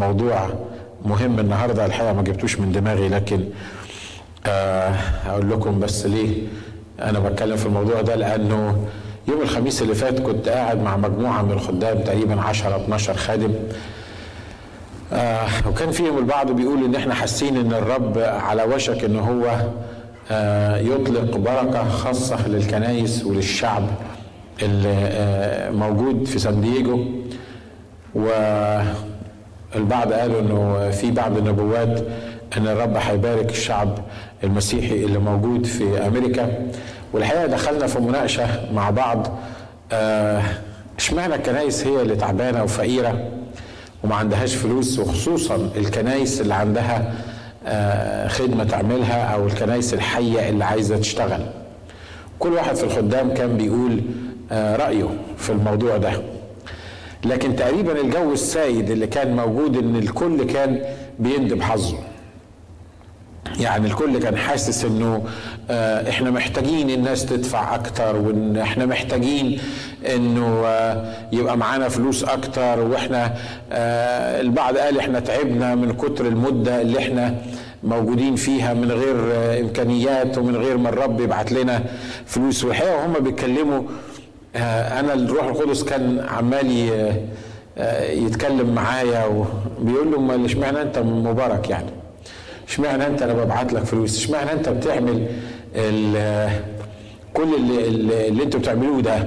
موضوع مهم النهارده. الحقيقه ما جبتوش من دماغي، لكن هقول لكم بس ليه انا بتكلم في الموضوع ده. لانه يوم الخميس اللي فات كنت قاعد مع مجموعه من الخدام، تقريبا 10-12 خادم، وكان فيهم البعض بيقول ان احنا حاسين ان الرب على وشك ان هو يطلق بركه خاصه للكنائس وللشعب اللي موجود في سان دييجو. والبعض قالوا انه في بعض النبوات ان الرب هيبارك الشعب المسيحي اللي موجود في امريكا. والحقيقه دخلنا في مناقشه مع بعض، اشمعنى الكنائس هي اللي تعبانه وفقيره وما عندهاش فلوس، وخصوصا الكنائس اللي عندها خدمه تعملها او الكنائس الحيه اللي عايزه تشتغل. كل واحد في الخدام كان بيقول رايه في الموضوع ده، لكن تقريبا الجو السائد اللي كان موجود ان الكل كان بيندب حظه. يعني الكل كان حاسس انه احنا محتاجين الناس تدفع اكتر، وان احنا محتاجين انه يبقى معانا فلوس اكتر، واحنا البعض قال احنا تعبنا من كتر المدة اللي احنا موجودين فيها من غير امكانيات ومن غير ما الرب يبعت لنا فلوس. والحقيقة وهم بيتكلموا انا الروح القدس كان عمال يتكلم معايا وبيقول له امال اشمعنى انت مبارك؟ يعني اشمعنى انت انا ببعت لك فلوس؟ اشمعنى انت بتعمل كل اللي انتوا بتعملوه ده؟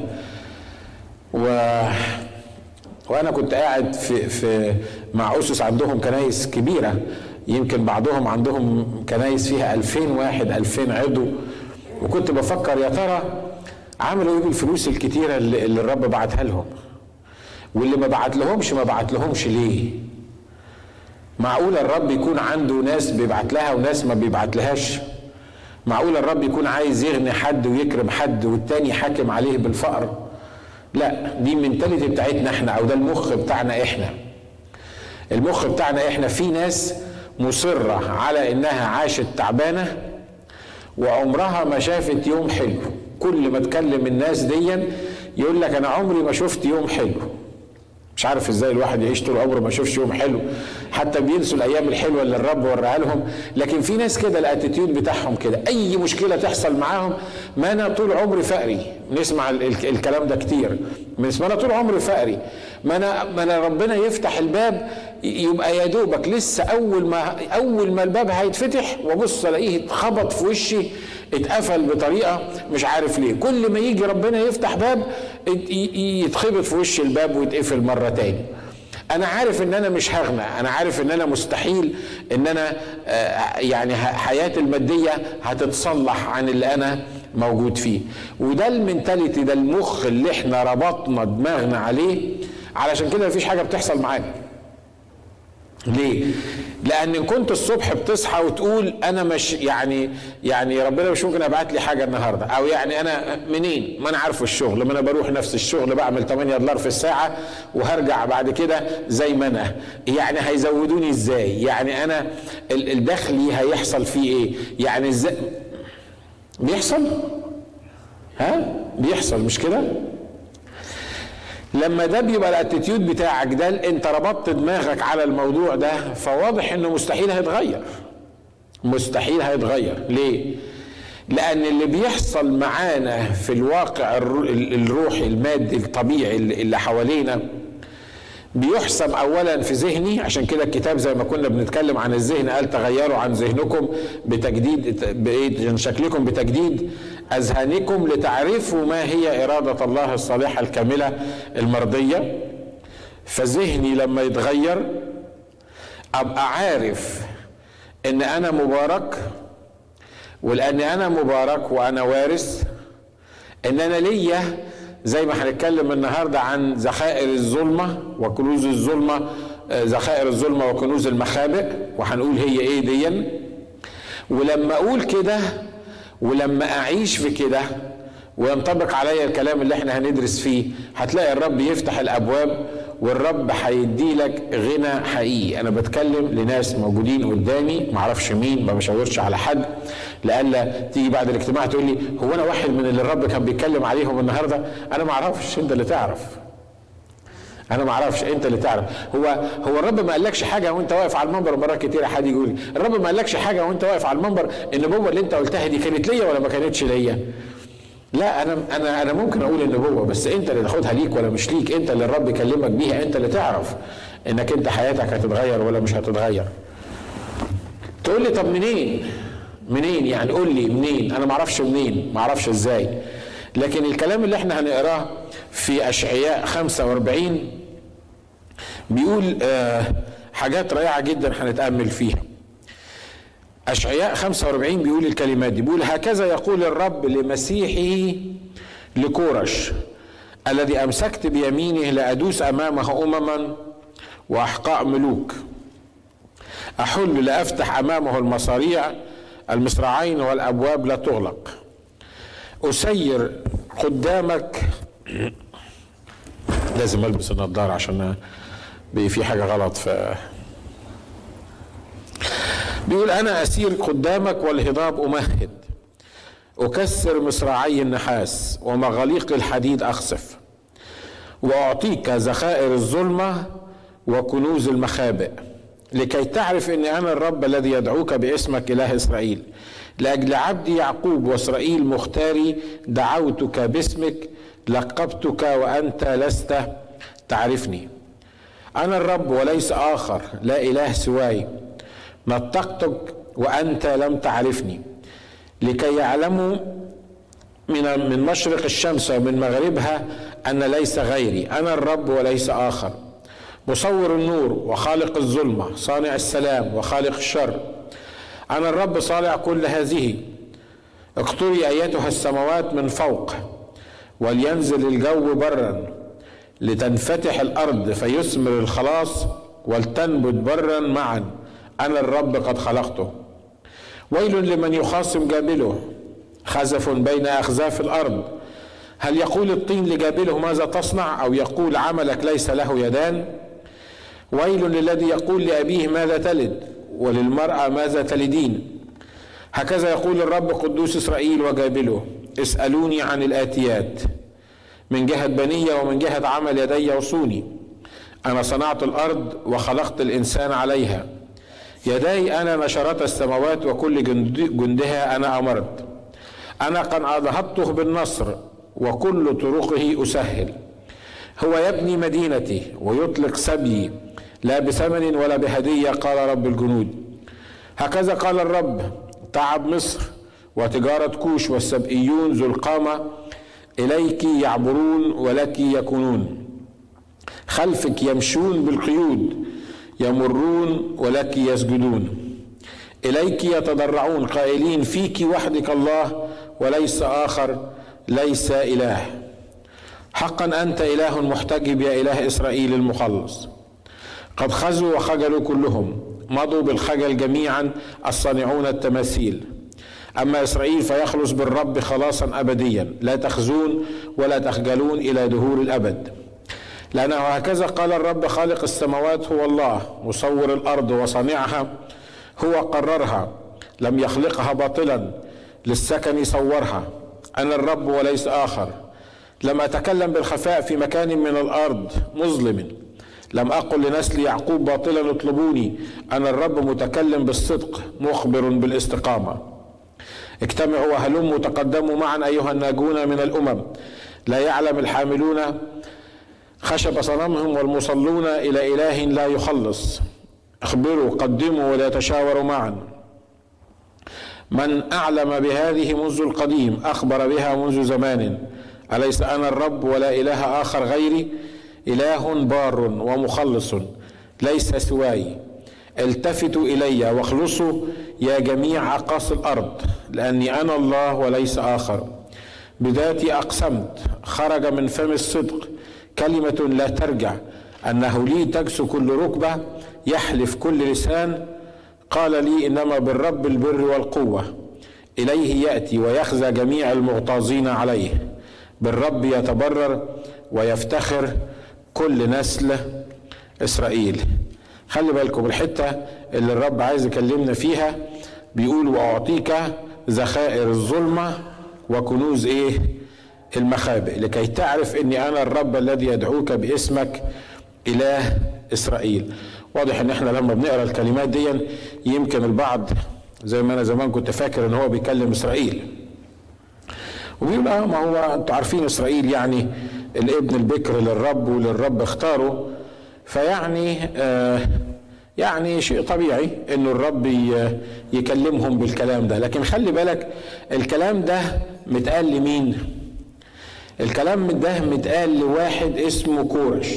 وانا كنت قاعد في مع اسس عندهم كنايس كبيره، يمكن بعضهم عندهم كنايس فيها 2000 واحد 2000 عضو، وكنت بفكر يا ترى عملوا ايه بالفلوس الكتيره اللي الرب بعتها لهم، واللي ما بعت لهمش ليه؟ معقول الرب يكون عنده ناس بيبعت لها وناس ما بيبعت لهاش؟ معقول الرب يكون عايز يغني حد ويكرم حد والتاني حاكم عليه بالفقر؟ لا، دي المنتاليتي بتاعتنا احنا، او ده المخ بتاعنا احنا. المخ بتاعنا احنا في ناس مصرة على انها عاشت تعبانة وعمرها ما شافت يوم حلو. كل ما تكلم الناس دي يقول لك انا عمري ما شفت يوم حلو. مش عارف ازاي الواحد يعيش طول عمره ما يشوفش يوم حلو، حتى بينسوا الايام الحلوه اللي الرب وراها لهم. لكن في ناس كده الاتيتيود بتاعهم كده، اي مشكله تحصل معاهم، ما انا طول عمري فقري. نسمع الكلام ده كتير، ما انا طول عمري فقري، ما انا ربنا يفتح الباب يبقى يا دوبك لسه اول ما الباب هيتفتح وابص الاقيه اتخبط في وشي، اتقفل بطريقه مش عارف ليه. كل ما يجي ربنا يفتح باب يتخبط في وش الباب ويتقفل مره تاني. انا عارف ان انا مش هغنى، انا عارف ان انا مستحيل ان انا يعني حياتي الماديه هتتصلح عن اللي انا موجود فيه. وده المنتاليتي، ده المخ اللي احنا ربطنا دماغنا عليه. علشان كده مفيش حاجه بتحصل معانا. ليه؟ لان كنت الصبح بتصحى وتقول انا مش يعني ربنا مش ممكن ابعت لي حاجه النهارده، او يعني انا منين؟ ما انا عارفه الشغل، ما انا بروح نفس الشغل بعمل $8 في الساعه وهرجع بعد كده زي ما انا، يعني هيزودوني ازاي؟ يعني انا الدخلي هيحصل فيه ايه؟ يعني ازاي بيحصل؟ بيحصل مش كده؟ لما ده بيبقى الاتيتيود بتاعك ده، انت ربطت دماغك على الموضوع ده، فواضح انه مستحيل هيتغير. مستحيل هيتغير. ليه؟ لان اللي بيحصل معانا في الواقع الروحي المادي الطبيعي اللي حوالينا بيحسب اولا في ذهني. عشان كده الكتاب زي ما كنا بنتكلم عن الذهن قال تغيروا عن ذهنكم بتجديد شكلكم بتجديد اذهانكم لتعرفوا ما هي اراده الله الصالحه الكامله المرضيه. فذهني لما يتغير ابقى عارف ان انا مبارك، ولان انا مبارك وانا وارث، ان انا ليا زي ما هنتكلم النهارده عن ذخائر الظلمه وكنوز الظلمه، ذخائر الظلمه وكنوز المخابئ، وهنقول هي ايه دي. ولما اقول كده ولما اعيش في كده وينطبق عليا الكلام اللي احنا هندرس فيه، هتلاقي الرب يفتح الابواب والرب هيدي لك غنى حقيقي. انا بتكلم لناس موجودين قدامي، معرفش مين، ما بشاورش على حد، لألا تيجي بعد الاجتماع تقول لي هو انا واحد من اللي الرب كان بيتكلم عليهم النهارده؟ انا ما اعرفش، انت اللي تعرف. انا ما اعرفش، انت اللي تعرف. هو الرب ما قالكش حاجه وانت واقف على المنبر؟ مرات كتير حد يقول الرب ما قالكش حاجه وانت واقف على المنبر النبوه اللي انت قلتها دي كانت ليا ولا ما كانتش ليا؟ لا، انا ممكن اقول النبوه، بس انت اللي تاخدها ليك ولا مش ليك، انت اللي الرب يكلمك بيها، انت اللي تعرف انك انت حياتك هتتغير ولا مش هتتغير. تقول لي طب منين يعني؟ قول لي منين؟ انا ما اعرفش منين، ما اعرفش ازاي. لكن الكلام اللي احنا هنقراه في اشعياء 45 بيقول حاجات رائعه جدا هنتامل فيها. اشعياء 45 بيقول الكلمات دي، بيقول هكذا يقول الرب لمسيحه لكورش الذي امسكت بيمينه لادوس امامه امما واحقاء ملوك، احل لافتح امامه المصراعين والابواب لا تغلق، اسير قدامك. لازم البس النضاره عشان في حاجه غلط. بيقول انا اسير قدامك والهضاب امهد، اكسر مصراعي النحاس ومغاليق الحديد اخسف، واعطيك ذخائر الظلمه وكنوز المخابئ، لكي تعرف اني انا الرب الذي يدعوك باسمك اله اسرائيل. لاجل عبدي يعقوب واسرائيل مختاري دعوتك باسمك، لقبتك وانت لست تعرفني. انا الرب وليس اخر، لا اله سواي، نطقتك وانت لم تعرفني، لكي يعلموا من مشرق الشمس ومن مغربها ان ليس غيري. انا الرب وليس اخر، مصور النور وخالق الظلمه، صانع السلام وخالق الشر. انا الرب صانع كل هذه. اقطري ايتها السماوات من فوق، ولينزل الجو برا، لتنفتح الارض فيثمر الخلاص، ولتنبت برا معا. انا الرب قد خلقته. ويل لمن يخاصم جابله، خزف بين اخزاف الارض. هل يقول الطين لجابله ماذا تصنع، او يقول عملك ليس له يدان؟ ويل للذي يقول لابيه ماذا تلد، وللمرأة ماذا تلدين. هكذا يقول الرب قدوس اسرائيل وجابله، اسألوني عن الآتيات، من جهة بنية ومن جهة عمل يدي وصوني. أنا صنعت الأرض وخلقت الإنسان عليها، يداي أنا نشرت السماوات وكل جندها أنا أمرت. أنا قد أنهضته بالنصر وكل طرقه أسهل. هو يبني مدينتي ويطلق سبيي، لا بثمن ولا بهدية، قال رب الجنود. هكذا قال الرب، تعب مصر وتجارة كوش والسبئيون ذو القامة إليك يعبرون ولك يكونون، خلفك يمشون بالقيود، يمرون ولك يسجدون. إليك يتضرعون قائلين فيك وحدك الله وليس آخر، ليس إله. حقا أنت إله محتجب يا إله إسرائيل المخلص. قد خزوا وخجلوا كلهم، مضوا بالخجل جميعا الصانعون التماثيل. أما إسرائيل فيخلص بالرب خلاصا أبديا، لا تخزون ولا تخجلون إلى دهور الأبد. لأنه هكذا قال الرب خالق السماوات هو الله، مصور الأرض وصانعها، هو قررها، لم يخلقها باطلا، للسكن صورها. أنا الرب وليس آخر. لم أتكلم بالخفاء في مكان من الأرض مظلم، لم أقل لنسل يعقوب باطلا اطلبوني. أنا الرب متكلم بالصدق، مخبر بالاستقامة. اجتمعوا وهلموا تقدموا معا أيها الناجون من الأمم، لا يعلم الحاملون خشب صنمهم والمصلون إلى إله لا يخلص. اخبروا قدموا ولا تشاوروا معا. من أعلم بهذه منذ القديم، أخبر بها منذ زمان. أليس أنا الرب ولا إله آخر غيري؟ إله بار ومخلص ليس سواي. التفتوا إلي واخلصوا يا جميع أقاصي الأرض، لأني أنا الله وليس آخر. بذاتي أقسمت، خرج من فم الصدق كلمة لا ترجع، أنه لي تجسو كل ركبة، يحلف كل لسان. قال لي إنما بالرب البر والقوة، إليه يأتي ويخزى جميع المغتاظين عليه. بالرب يتبرر ويفتخر كل نسل إسرائيل. خلي بالكم الحتة اللي الرب عايز يكلمنا فيها، بيقول وأعطيك ذخائر الظلمة وكنوز المخابئ، لكي تعرف إني أنا الرب الذي يدعوك باسمك إله إسرائيل. واضح ان احنا لما بنقرأ الكلمات دي يمكن البعض زي ما انا زمان كنت فاكر ان هو بيكلم إسرائيل، وبيقول ما هو انتوا عارفين إسرائيل يعني الابن البكر للرب وللرب اختاره، فيعني يعني شيء طبيعي انه الرب يكلمهم بالكلام ده. لكن خلي بالك الكلام ده متقال لمين؟ الكلام ده متقال لواحد اسمه كورش.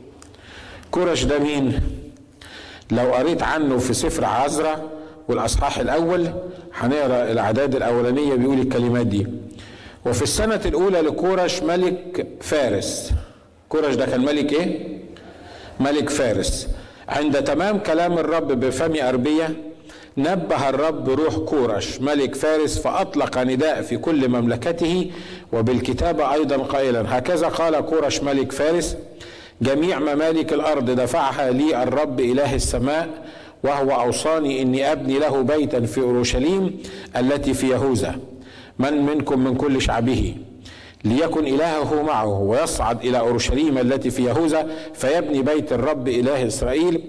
كورش ده مين؟ لو قريت عنه في سفر عزرا والاصحاح الاول هنقرا الاعداد الاولانيه بيقول الكلمات دي. وفي السنه الاولى لكورش ملك فارس. كورش ده كان ملك ايه؟ ملك فارس. عند تمام كلام الرب بفم أربية نبه الرب روح كورش ملك فارس فأطلق نداء في كل مملكته وبالكتابة أيضا قائلا: هكذا قال كورش ملك فارس: جميع ممالك الأرض دفعها لي الرب إله السماء، وهو أوصاني إني أبني له بيتا في أورشليم التي في يهوذا، من منكم من كل شعبه ليكن إلهه معه، ويصعد إلى أورشليم التي في يهوذا فيبني بيت الرب إله إسرائيل،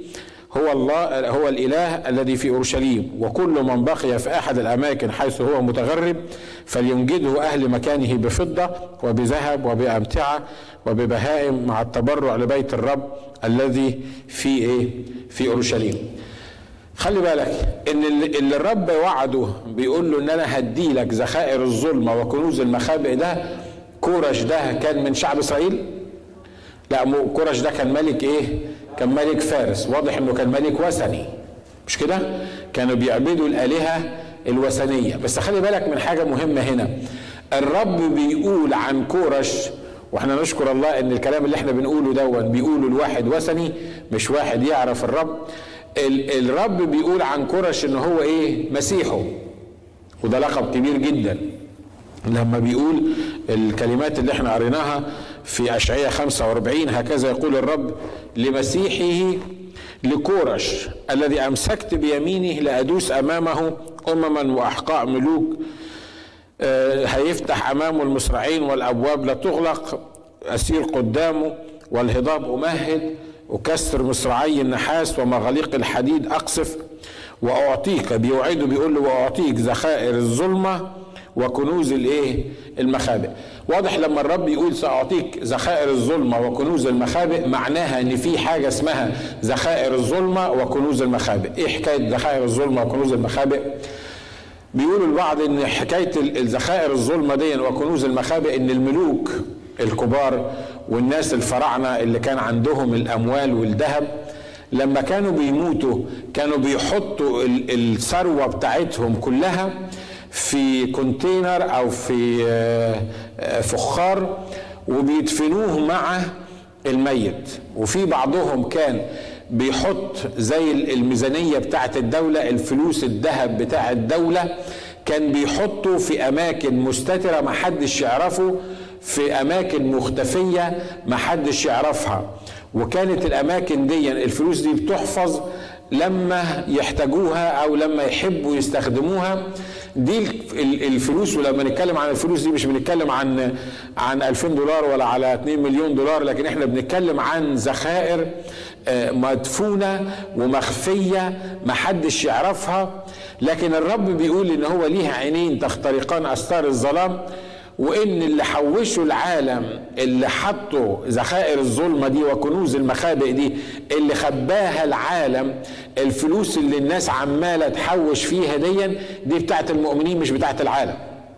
هو الإله الذي في أورشليم. وكل من بقي في أحد الأماكن حيث هو متغرب فلينجده أهل مكانه بفضة وبذهب وبأمتعة وببهائم مع التبرع لبيت الرب الذي في أورشليم. خلي بالك ان اللي الرب وعده بيقول له ان انا هدي لك ذخائر الظلمة وكنوز المخابئ ده. كورش ده كان من شعب اسرائيل؟ لا، كورش ده كان ملك ايه؟ كان ملك فارس. واضح انه كان ملك وثني، مش كده؟ كانوا بيعبدوا الآلهة الوثنية. بس خلي بالك من حاجة مهمة هنا، الرب بيقول عن كورش، واحنا نشكر الله ان الكلام اللي احنا بنقوله دون بيقوله الواحد وثني مش واحد يعرف الرب. الرب بيقول عن كورش ان هو ايه؟ مسيحه، وده لقب كبير جدا. لما بيقول الكلمات اللي احنا قريناها في اشعياء 45: هكذا يقول الرب لمسيحه لكورش الذي امسكت بيمينه لادوس امامه امما واحقاء ملوك، هيفتح امامه المصراعين والابواب لا تغلق، اسير قدامه والهضاب امهد، وكسر مصراعي النحاس ومغاليق الحديد اقصف، واعطيك، بيوعده بيقول له واعطيك ذخائر الظلمه وكنوز المخابئ. واضح لما الرب يقول ساعطيك ذخائر الظلمه وكنوز المخابئ معناها ان في حاجه اسمها ذخائر الظلمه وكنوز المخابئ. ايه حكايه ذخائر الظلمه وكنوز المخابئ؟ بيقولوا البعض ان حكايه الذخائر الظلمه دي وكنوز المخابئ ان الملوك الكبار والناس الفراعنه اللي كان عندهم الاموال والذهب لما كانوا بيموتوا كانوا بيحطوا الثروه بتاعتهم كلها في كونتينر او في فخار وبيدفنوه مع الميت. وفي بعضهم كان بيحط زي الميزانيه بتاعت الدوله، الفلوس الذهب بتاع الدوله كان بيحطوا في اماكن مستتره ما حدش يعرفه، في اماكن مختفيه ما حدش يعرفها. وكانت الاماكن دي الفلوس دي بتحفظ لما يحتاجوها او لما يحبوا يستخدموها. دي الفلوس، ولما نتكلم عن الفلوس دي مش بنتكلم عن 2000 دولار ولا على 2 مليون دولار، لكن احنا بنتكلم عن ذخائر مدفونة ومخفية ما حدش يعرفها. لكن الرب بيقول ان هو ليها عينين تخترقان استار الظلام، وان اللي حوشوا العالم اللي حطوا ذخائر الظلمه دي وكنوز المخابئ دي اللي خباها العالم، الفلوس اللي الناس عماله تحوش فيها دي بتاعت المؤمنين مش بتاعت العالم.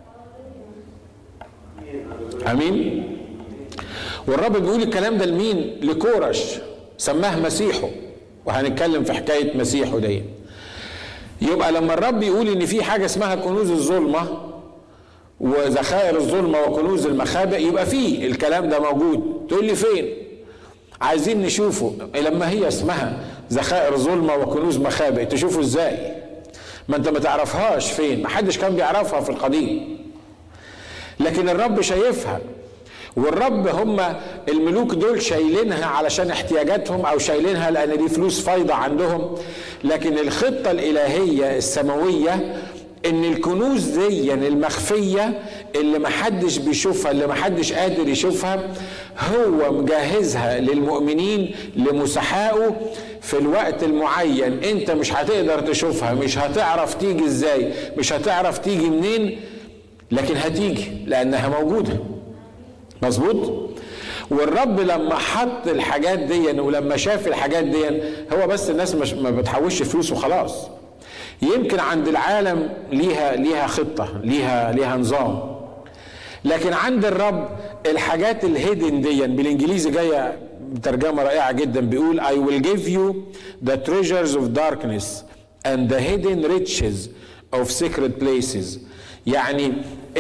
امين. والرب بيقول الكلام ده لمين؟ لكورش، سماه مسيحه، وهنتكلم في حكايه مسيحه دي. يبقى لما الرب يقول ان في حاجه اسمها كنوز الظلمه وذخائر الظلمه وكنوز المخابئ، يبقى فيه الكلام ده موجود. تقول لي فين؟ عايزين نشوفه. لما هي اسمها ذخائر ظلمه وكنوز مخابئ تشوفه ازاي؟ ما انت ما تعرفهاش فين، ما حدش كان بيعرفها في القديم، لكن الرب شايفها. والرب هم الملوك دول شايلينها علشان احتياجاتهم او شايلينها لان دي فلوس فايضة عندهم. لكن الخطة الالهية السماوية ان الكنوز دي المخفية اللي محدش بيشوفها، اللي محدش قادر يشوفها، هو مجهزها للمؤمنين لمسحائه في الوقت المعين. انت مش هتقدر تشوفها، مش هتعرف تيجي ازاي، مش هتعرف تيجي منين، لكن هتيجي لانها موجودة. مظبوط؟ والرب لما حط الحاجات دي ولما شاف الحاجات دي، هو بس الناس ما بتحوش فلوس وخلاص. يمكن عند العالم ليها خطة، ليها نظام، لكن عند الرب الحاجات الهيدن دي بالانجليزي جايه ترجمه رائعه جدا، بيقول I will give you the treasures of darkness and the hidden riches of secret places. يعني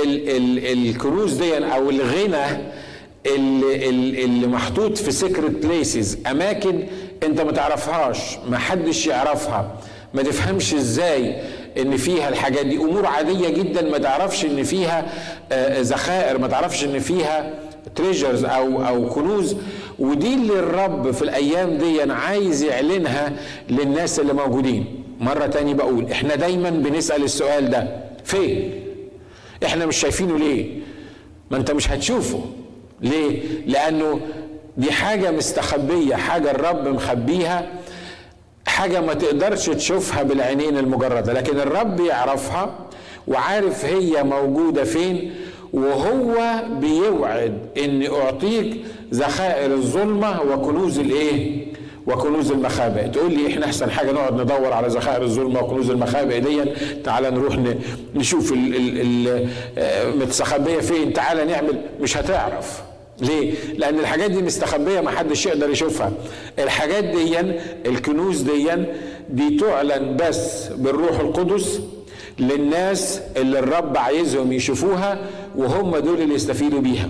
الكنوز دي او الغنى اللي محطوط في secret places، اماكن انت ما تعرفهاش، ما حدش يعرفها، ما تفهمش ازاي ان فيها الحاجات دي، امور عاديه جدا ما تعرفش ان فيها ذخائر، ما تعرفش ان فيها تريجرز او كنوز. ودي اللي الرب في الايام دي عايز يعلنها للناس اللي موجودين. مره تاني بقول، احنا دايما بنسال السؤال ده، فين؟ احنا مش شايفينه ليه؟ ما انت مش هتشوفه ليه؟ لانه دي حاجه مستخبيه، حاجه الرب مخبيها، حاجة ما تقدرش تشوفها بالعينين المجردة، لكن الرب يعرفها وعارف هي موجودة فين، وهو بيوعد ان اعطيك ذخائر الظلمة وكنوز الايه؟ وكنوز المخابئ. تقول لي احنا احسن حاجة نقعد ندور على ذخائر الظلمة وكنوز المخابئ دي، تعالى نروح نشوف متستخبية فين، تعالى نعمل. مش هتعرف. ليه؟ لأن الحاجات دي مستخبية، ما حدش يقدر يشوفها. الحاجات دي، الكنوز دي تعلن بس بالروح القدس للناس اللي الرب عايزهم يشوفوها، وهم دول اللي يستفيدوا بيها.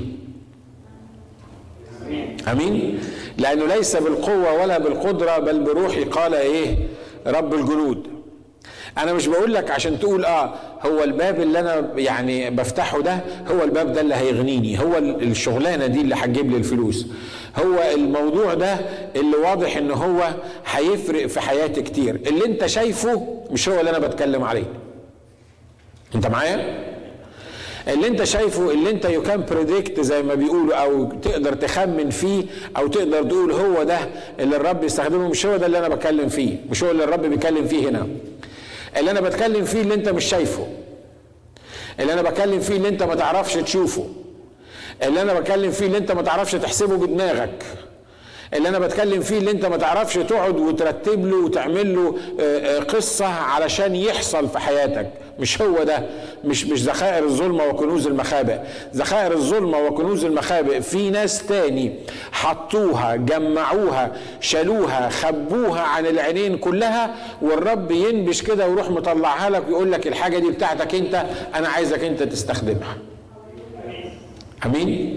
أمين؟ لأنه ليس بالقوة ولا بالقدرة بل بروحي قال إيه؟ رب الجنود. انا مش بقول لك عشان تقول هو الباب اللي انا يعني بفتحه ده هو الباب ده اللي هيغنيني، هو الشغلانه دي اللي هتجيب لي الفلوس، هو الموضوع ده اللي واضح ان هو هيفرق في حياتي كتير. اللي انت شايفه مش هو اللي انا بتكلم عليه. انت معايا؟ اللي انت شايفه، اللي انت يو كان بريدكت زي ما بيقولوا، او تقدر تخمن فيه، او تقدر تقول هو ده اللي الرب يستخدمه، مش هو ده اللي انا بتكلم فيه، مش هو اللي الرب بيتكلم فيه هنا. اللي انا بتكلم فيه اللي انت مش شايفه، اللي انا بتكلم فيه اللي انت ما تعرفش تشوفه، اللي انا بتكلم فيه اللي انت ما تعرفش تحسبه بدماغك، اللي انا بتكلم فيه اللي انت ما تعرفش تقعد وترتب له وتعمل له قصة علشان يحصل في حياتك. مش هو ده، مش ذخائر الظلمة وكنوز المخابئ. ذخائر الظلمة وكنوز المخابئ في ناس تاني حطوها، جمعوها، شالوها، خبوها عن العينين كلها، والرب ينبش كده ويروح مطلعها لك ويقول لك الحاجة دي بتاعتك انت، انا عايزك انت تستخدمها. امين؟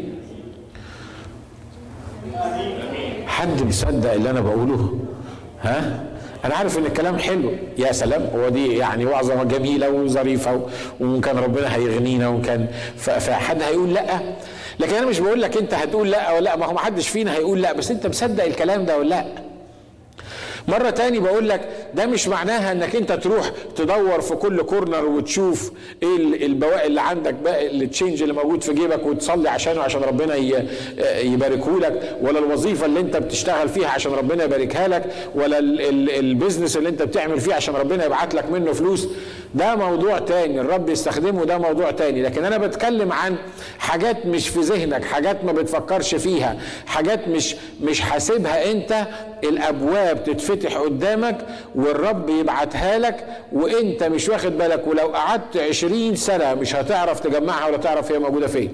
حد بيصدق اللي انا بقوله؟ انا عارف ان الكلام حلو، يا سلام، هو دي يعني وعظه جميله وظريفه وكان ربنا هيغنينا وكان فحد هيقول لا، لكن انا مش بقول لك انت هتقول لا ولا لا، ما هو ما حدش فينا هيقول لا، بس انت مصدق الكلام ده ولا لا؟ مرة تاني بقول لك ده مش معناها انك انت تروح تدور في كل كورنر وتشوف ايه البواقي اللي عندك بقى، التشينج اللي موجود في جيبك وتصلي عشانه عشان ربنا يباركه لك، ولا الوظيفة اللي انت بتشتغل فيها عشان ربنا يباركها لك، ولا البيزنس اللي انت بتعمل فيه عشان ربنا يبعت لك منه فلوس. ده موضوع تاني الرب يستخدمه، ده موضوع تاني. لكن انا بتكلم عن حاجات مش في ذهنك، حاجات ما بتفكرش فيها، حاجات مش حاسبها انت، الابواب تتفتح قدامك والرب يبعتها لك وانت مش واخد بالك، ولو قعدت 20 سنة مش هتعرف تجمعها ولا تعرف هي موجودة فين.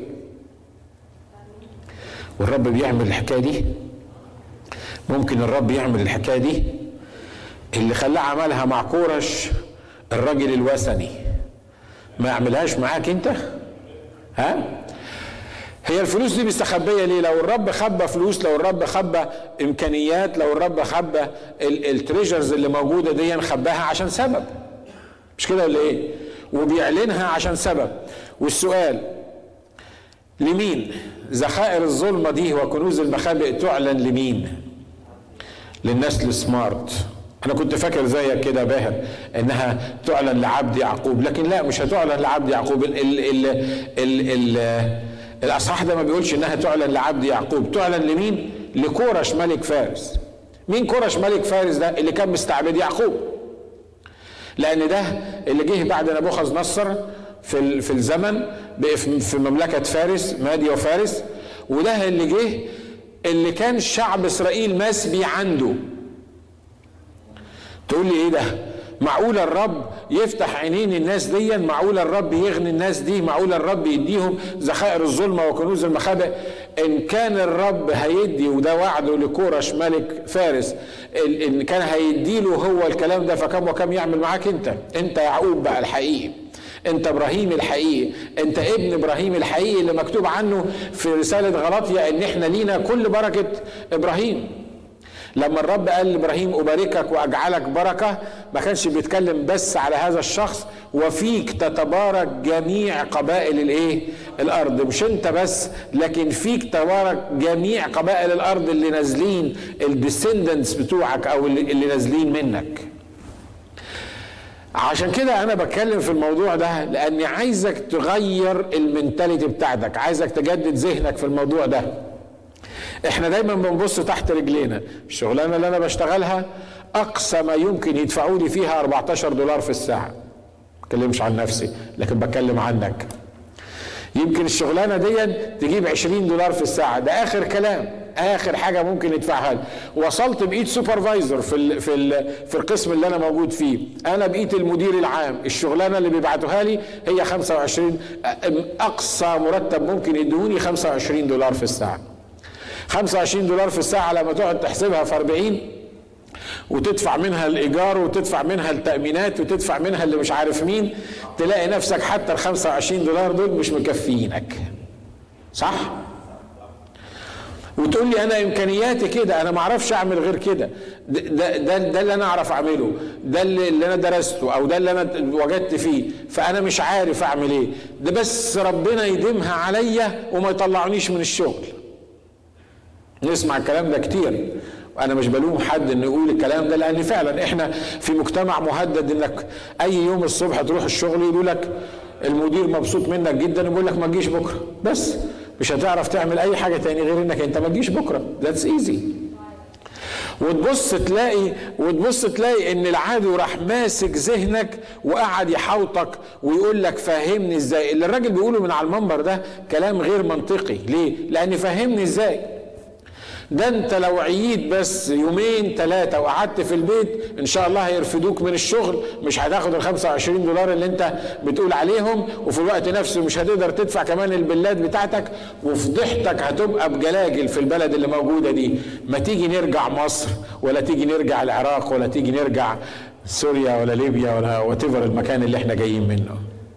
والرب بيعمل الحكاية دي. ممكن الرب يعمل الحكاية دي اللي خلاه عملها مع كورش الراجل الوثني، ما يعملهاش معاك انت؟ هي الفلوس دي مستخبية ليه؟ لو الرب خبى فلوس، لو الرب خبى امكانيات، لو الرب خبى التريجرز اللي موجودة دي، خباها عشان سبب، مش كده ولا ايه؟ وبيعلنها عشان سبب. والسؤال لمين؟ ذخائر الظلمة دي وكنوز المخابئ تعلن لمين؟ للناس السمارت، انا كنت فاكر زيك كده باهر انها تعلن لعبد يعقوب، لكن لا، مش هتعلن لعبد يعقوب. الاصحاح ده ما بيقولش انها تعلن لعبد يعقوب. تعلن لمين؟ لكورش ملك فارس. مين كورش ملك فارس ده؟ اللي كان مستعبد يعقوب، لان ده اللي جه بعد نبوخذ نصر في الزمن في مملكة فارس، ماديا وفارس، وده اللي جه اللي كان شعب اسرائيل مسبي عنده. تقول لي ايه ده؟ معقول الرب يفتح عينين الناس دي؟ معقول الرب يغني الناس دي؟ معقول الرب يديهم ذخائر الظلمة وكنوز المخابئ؟ ان كان الرب هيدي، وده وعده لكورش ملك فارس، ان كان هيديله هو الكلام ده، فكم وكم يعمل معاك انت يعقوب بقى الحقيقي، انت ابراهيم الحقيقي، انت ابن ابراهيم الحقيقي اللي مكتوب عنه في رسالة غلاطيا ان احنا لينا كل بركة ابراهيم. لما الرب قال لابراهيم أباركك وأجعلك بركة، ما كانش بيتكلم بس على هذا الشخص، وفيك تتبارك جميع قبائل الأرض. مش أنت بس، لكن فيك تبارك جميع قبائل الأرض اللي نازلين، الديسندنتس بتوعك أو اللي نازلين منك. عشان كده أنا بتكلم في الموضوع ده، لأني عايزك تغير المنتاليتي بتاعتك، عايزك تجدد ذهنك في الموضوع ده. احنا دايما بنبص تحت رجلينا. الشغلانه اللي انا بشتغلها اقصى ما يمكن يدفعوا لي فيها 14 دولار في الساعه. ما بتكلمش عن نفسي لكن بتكلم عنك. يمكن الشغلانه دي تجيب 20 دولار في الساعه، ده اخر كلام، اخر حاجه ممكن يدفعها لي. وصلت بقيت سوبرفايزر في القسم اللي انا موجود فيه، انا بقيت المدير العام. الشغلانه اللي بيبعتوها لي هي 25، اقصى مرتب ممكن يدوني 25 دولار في الساعه. 25 دولار في الساعة لما تقعد تحسبها في 40 وتدفع منها الإيجار وتدفع منها التأمينات وتدفع منها اللي مش عارف مين، تلاقي نفسك حتى ال 25 دولار دول مش مكفيينك. صح؟ وتقول لي أنا إمكانياتي كده، أنا ما أعرفش أعمل غير كده، ده اللي أنا أعرف أعمله، ده اللي أنا درسته أو ده اللي أنا وجدت فيه، فأنا مش عارف أعمل إيه، ده بس ربنا يديمها عليا وما يطلعنيش من الشغل. نسمع الكلام ده كتير، وانا مش بلوم حد انه يقول الكلام ده، لان فعلا احنا في مجتمع مهدد انك اي يوم الصبح تروح الشغل يقول لك المدير مبسوط منك جدا يقول لك ما تجيش بكره، بس مش هتعرف تعمل اي حاجه تاني غير انك انت ما تجيش بكره. ذاتس ايزي. وتبص تلاقي ان العدو راح ماسك ذهنك وقعد يحاوطك ويقول لك فهمني ازاي. اللي الراجل بيقوله من على المنبر ده كلام غير منطقي. ليه؟ لان فهمني ازاي؟ ده انت لو عييت بس يومين 3 وقعدت في البيت ان شاء الله هيرفدوك من الشغل، مش هتاخد ال 25 دولار اللي انت بتقول عليهم، وفي الوقت نفسه مش هتقدر تدفع كمان البلاد بتاعتك، وفضحتك هتبقى بجلاجل في البلد اللي موجودة دي. ما تيجي نرجع مصر، ولا تيجي نرجع العراق، ولا تيجي نرجع سوريا ولا ليبيا ولا واتيفر المكان اللي احنا جايين منه.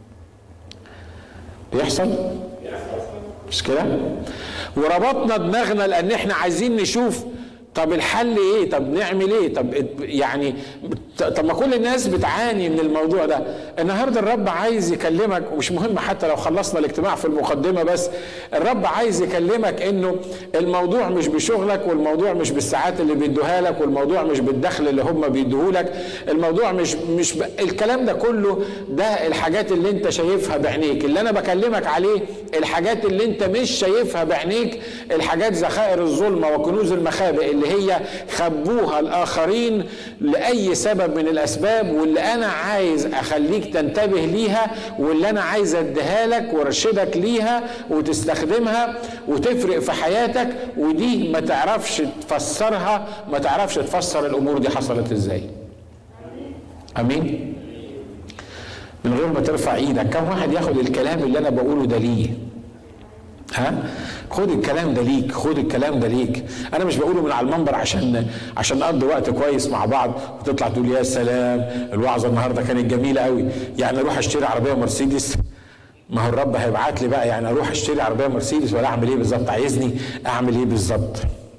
بيحصل؟ مش كده؟ وربطنا دماغنا لان احنا عايزين نشوف طب الحل ايه، طب نعمل ايه، طب يعني طب ما كل الناس بتعاني من الموضوع ده. النهارده الرب عايز يكلمك، ومش مهم حتى لو خلصنا الاجتماع في المقدمه، بس الرب عايز يكلمك انه الموضوع مش بشغلك، والموضوع مش بالساعات اللي بيدوها لك، والموضوع مش بالدخل اللي هم بيدوه لك، الموضوع مش الكلام ده كله. ده الحاجات اللي انت شايفها بعينيك. اللي انا بكلمك عليه الحاجات اللي انت مش شايفها بعينيك، الحاجات ذخائر الظلمه وكنوز المخابئ اللي هي خبوها الآخرين لأي سبب من الأسباب، واللي أنا عايز أخليك تنتبه ليها، واللي أنا عايز أديها لك وارشدك ليها وتستخدمها وتفرق في حياتك. ودي ما تعرفش تفسرها، ما تعرفش تفسر الأمور دي حصلت إزاي. أمين؟ من غير ما ترفع إيدك، كم واحد ياخد الكلام اللي أنا بقوله ده ليه؟ خد الكلام ده ليك، خد الكلام ده ليك. انا مش بقوله من على المنبر عشان نقضي وقت كويس مع بعض وتطلع تقول يا سلام الوعظه النهارده كانت جميله قوي، يعني اروح اشتري عربيه مرسيدس. ما هو الرب هيبعت لي بقى، يعني اروح اشتري عربيه مرسيدس ولا اعمل ايه بالظبط؟ عايزني اعمل ايه بالظبط؟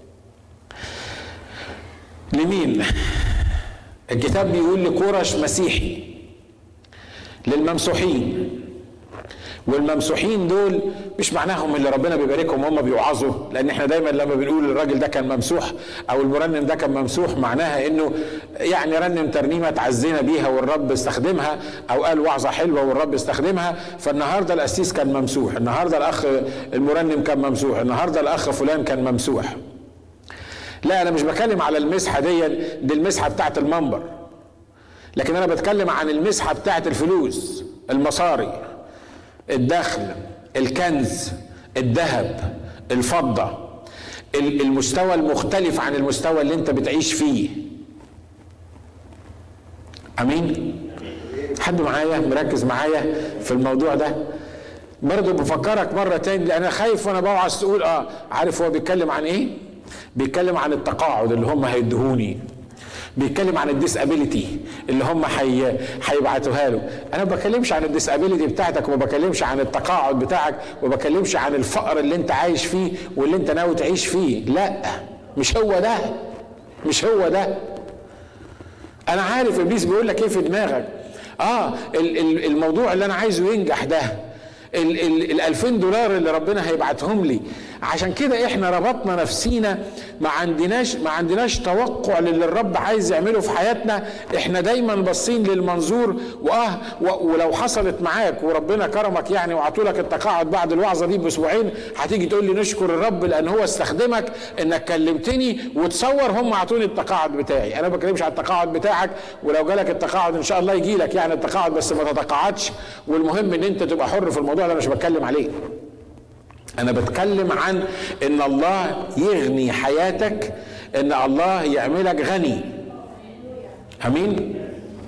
لمين؟ الكتاب بيقول لكورش مسيحي، للممسوحين، والممسوحين دول مش معناهم اللي ربنا بيباركهم هم بيوعظوا، لان احنا دايما لما بنقول الراجل ده كان ممسوح او المرنم ده كان ممسوح معناها انه يعني رنم ترنيمه تعزينا بيها والرب استخدمها، او قال وعظه حلوه والرب استخدمها، فالنهارده القسيس كان ممسوح، النهارده الاخ المرنم كان ممسوح، النهارده الاخ فلان كان ممسوح. لا، انا مش بتكلم على المسحه دي المسحه بتاعت المنبر، لكن انا بتكلم عن المسحه بتاعت الفلوس، المصاري، الدخل، الكنز، الذهب، الفضة، المستوى المختلف عن المستوى اللي انت بتعيش فيه. امين؟ حد معايا مركز معايا في الموضوع ده؟ برضو بفكرك مرة تاني، لأن أنا خايف وأنا بوعظ تقول عارف هو بيتكلم عن إيه؟ بيتكلم عن التقاعد اللي هم هيدهوني، بيتكلم عن الديسابيليتي اللي هم هيبعتوها له. انا ما بكلمش عن الديسابيليتي بتاعتك، وما بكلمش عن التقاعد بتاعك، وما بكلمش عن الفقر اللي انت عايش فيه واللي انت ناوي تعيش فيه. لا، مش هو ده، مش هو ده. انا عارف ابليس بيقول لك ايه في دماغك. الموضوع اللي انا عايزه ينجح ده، $2000 اللي ربنا هيبعتهم لي. عشان كده احنا ربطنا نفسينا، ما عندناش توقع للي الرب عايز يعمله في حياتنا. احنا دايما باصين للمنظور، ولو حصلت معاك وربنا كرمك يعني وعطولك التقاعد بعد الوعظه دي باسبوعين، هتيجي تقول لي نشكر الرب لان هو استخدمك انك كلمتني وتصور هم عطوني التقاعد بتاعي. انا ما بتكلمش على التقاعد بتاعك، ولو جالك التقاعد ان شاء الله يجي لك يعني التقاعد، بس ما تتقاعدش، والمهم ان انت تبقى حر في الموضوع. انا مش بتكلم عليه، انا بتكلم عن ان الله يغني حياتك، ان الله يعملك غني. امين؟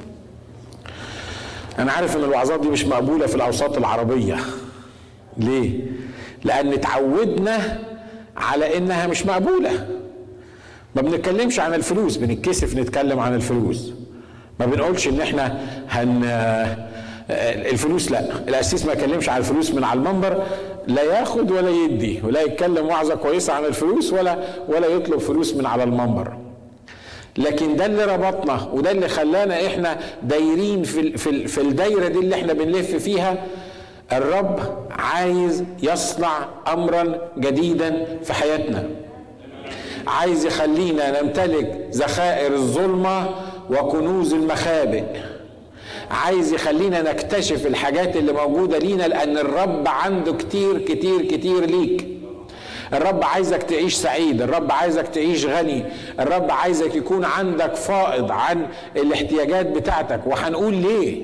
انا عارف ان الوعظات دي مش مقبولة في الاوساط العربية. ليه؟ لان اتعودنا على انها مش مقبولة. ما بنتكلمش عن الفلوس، بنتكسف نتكلم عن الفلوس، ما بنقولش ان احنا الفلوس. لا، القسيس ما يكلمش عن الفلوس من على المنبر، لا ياخد ولا يدي، ولا يتكلم وعظة كويسة عن الفلوس، ولا يطلب فلوس من على المنبر. لكن ده اللي ربطنا، وده اللي خلانا احنا دايرين في الدايرة دي اللي احنا بنلف فيها. الرب عايز يصنع امرا جديدا في حياتنا، عايز يخلينا نمتلك ذخائر الظلمة وكنوز المخابئ، عايز يخلينا نكتشف الحاجات اللي موجودة لينا، لأن الرب عنده كتير كتير كتير ليك. الرب عايزك تعيش سعيد، الرب عايزك تعيش غني، الرب عايزك يكون عندك فائض عن الاحتياجات بتاعتك. وهنقول ليه.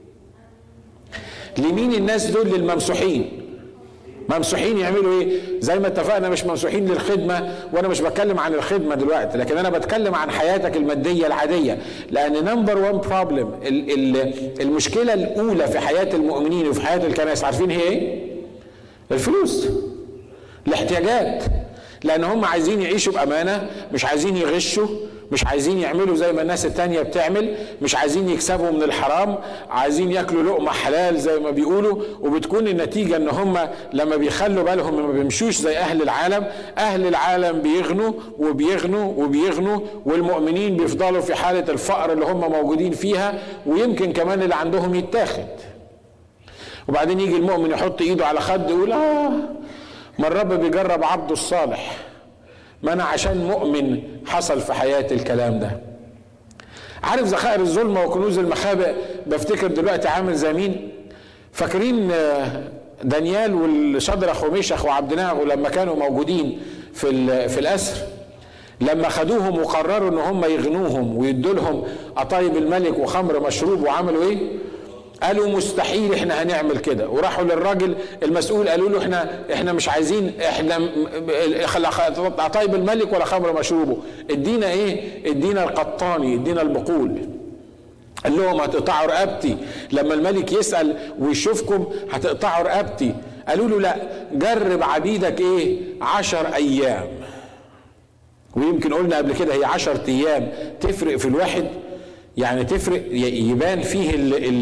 لمين الناس دول؟ للممسوحين. ممسوحين يعملوا ايه؟ زي ما اتفقنا مش ممسوحين للخدمة، وانا مش بتكلم عن الخدمة دلوقتي، لكن انا بتكلم عن حياتك المادية العادية. لان نمبر 1 بروبلم، المشكلة الاولى في حياة المؤمنين وفي حياة الكنائس، عارفين هي ايه؟ الفلوس، الاحتياجات. لان هم عايزين يعيشوا بامانة، مش عايزين يغشوا، مش عايزين يعملوا زي ما الناس التانية بتعمل، مش عايزين يكسبوا من الحرام، عايزين ياكلوا لقمة حلال زي ما بيقولوا. وبتكون النتيجة ان هم لما بيخلوا بالهم ما بيمشوش زي اهل العالم. اهل العالم بيغنوا وبيغنوا وبيغنوا، والمؤمنين بيفضلوا في حالة الفقر اللي هم موجودين فيها، ويمكن كمان اللي عندهم يتاخد. وبعدين يجي المؤمن يحط ايده على خده يقول ما الرب بيجرب عبده الصالح. ما انا عشان مؤمن حصل في حياتي الكلام ده. عارف ذخائر الظلمة وكنوز المخابئ؟ بفتكر دلوقتي عامل زي مين؟ فاكرين دانيال والشدرخ وميشخ وعبدناغو لما كانوا موجودين في الأسر، لما خدوهم وقرروا ان هم يغنوهم ويدوا لهم قطايب الملك وخمر مشروب، وعملوا ايه؟ قالوا مستحيل احنا هنعمل كده. وراحوا للراجل المسؤول قالوا له احنا مش عايزين، احنا عطايب الملك ولا خمر مشروبه، ادينا ايه؟ ادينا القطاني، ادينا البقول. قال لهم هتقطعوا رقبتي لما الملك يسأل ويشوفكم، هتقطعوا رقبتي. قالوا له لا، جرب عبيدك ايه؟ 10 ايام. ويمكن قلنا قبل كده هي 10 ايام تفرق في الواحد، يعني تفرق، يبان فيه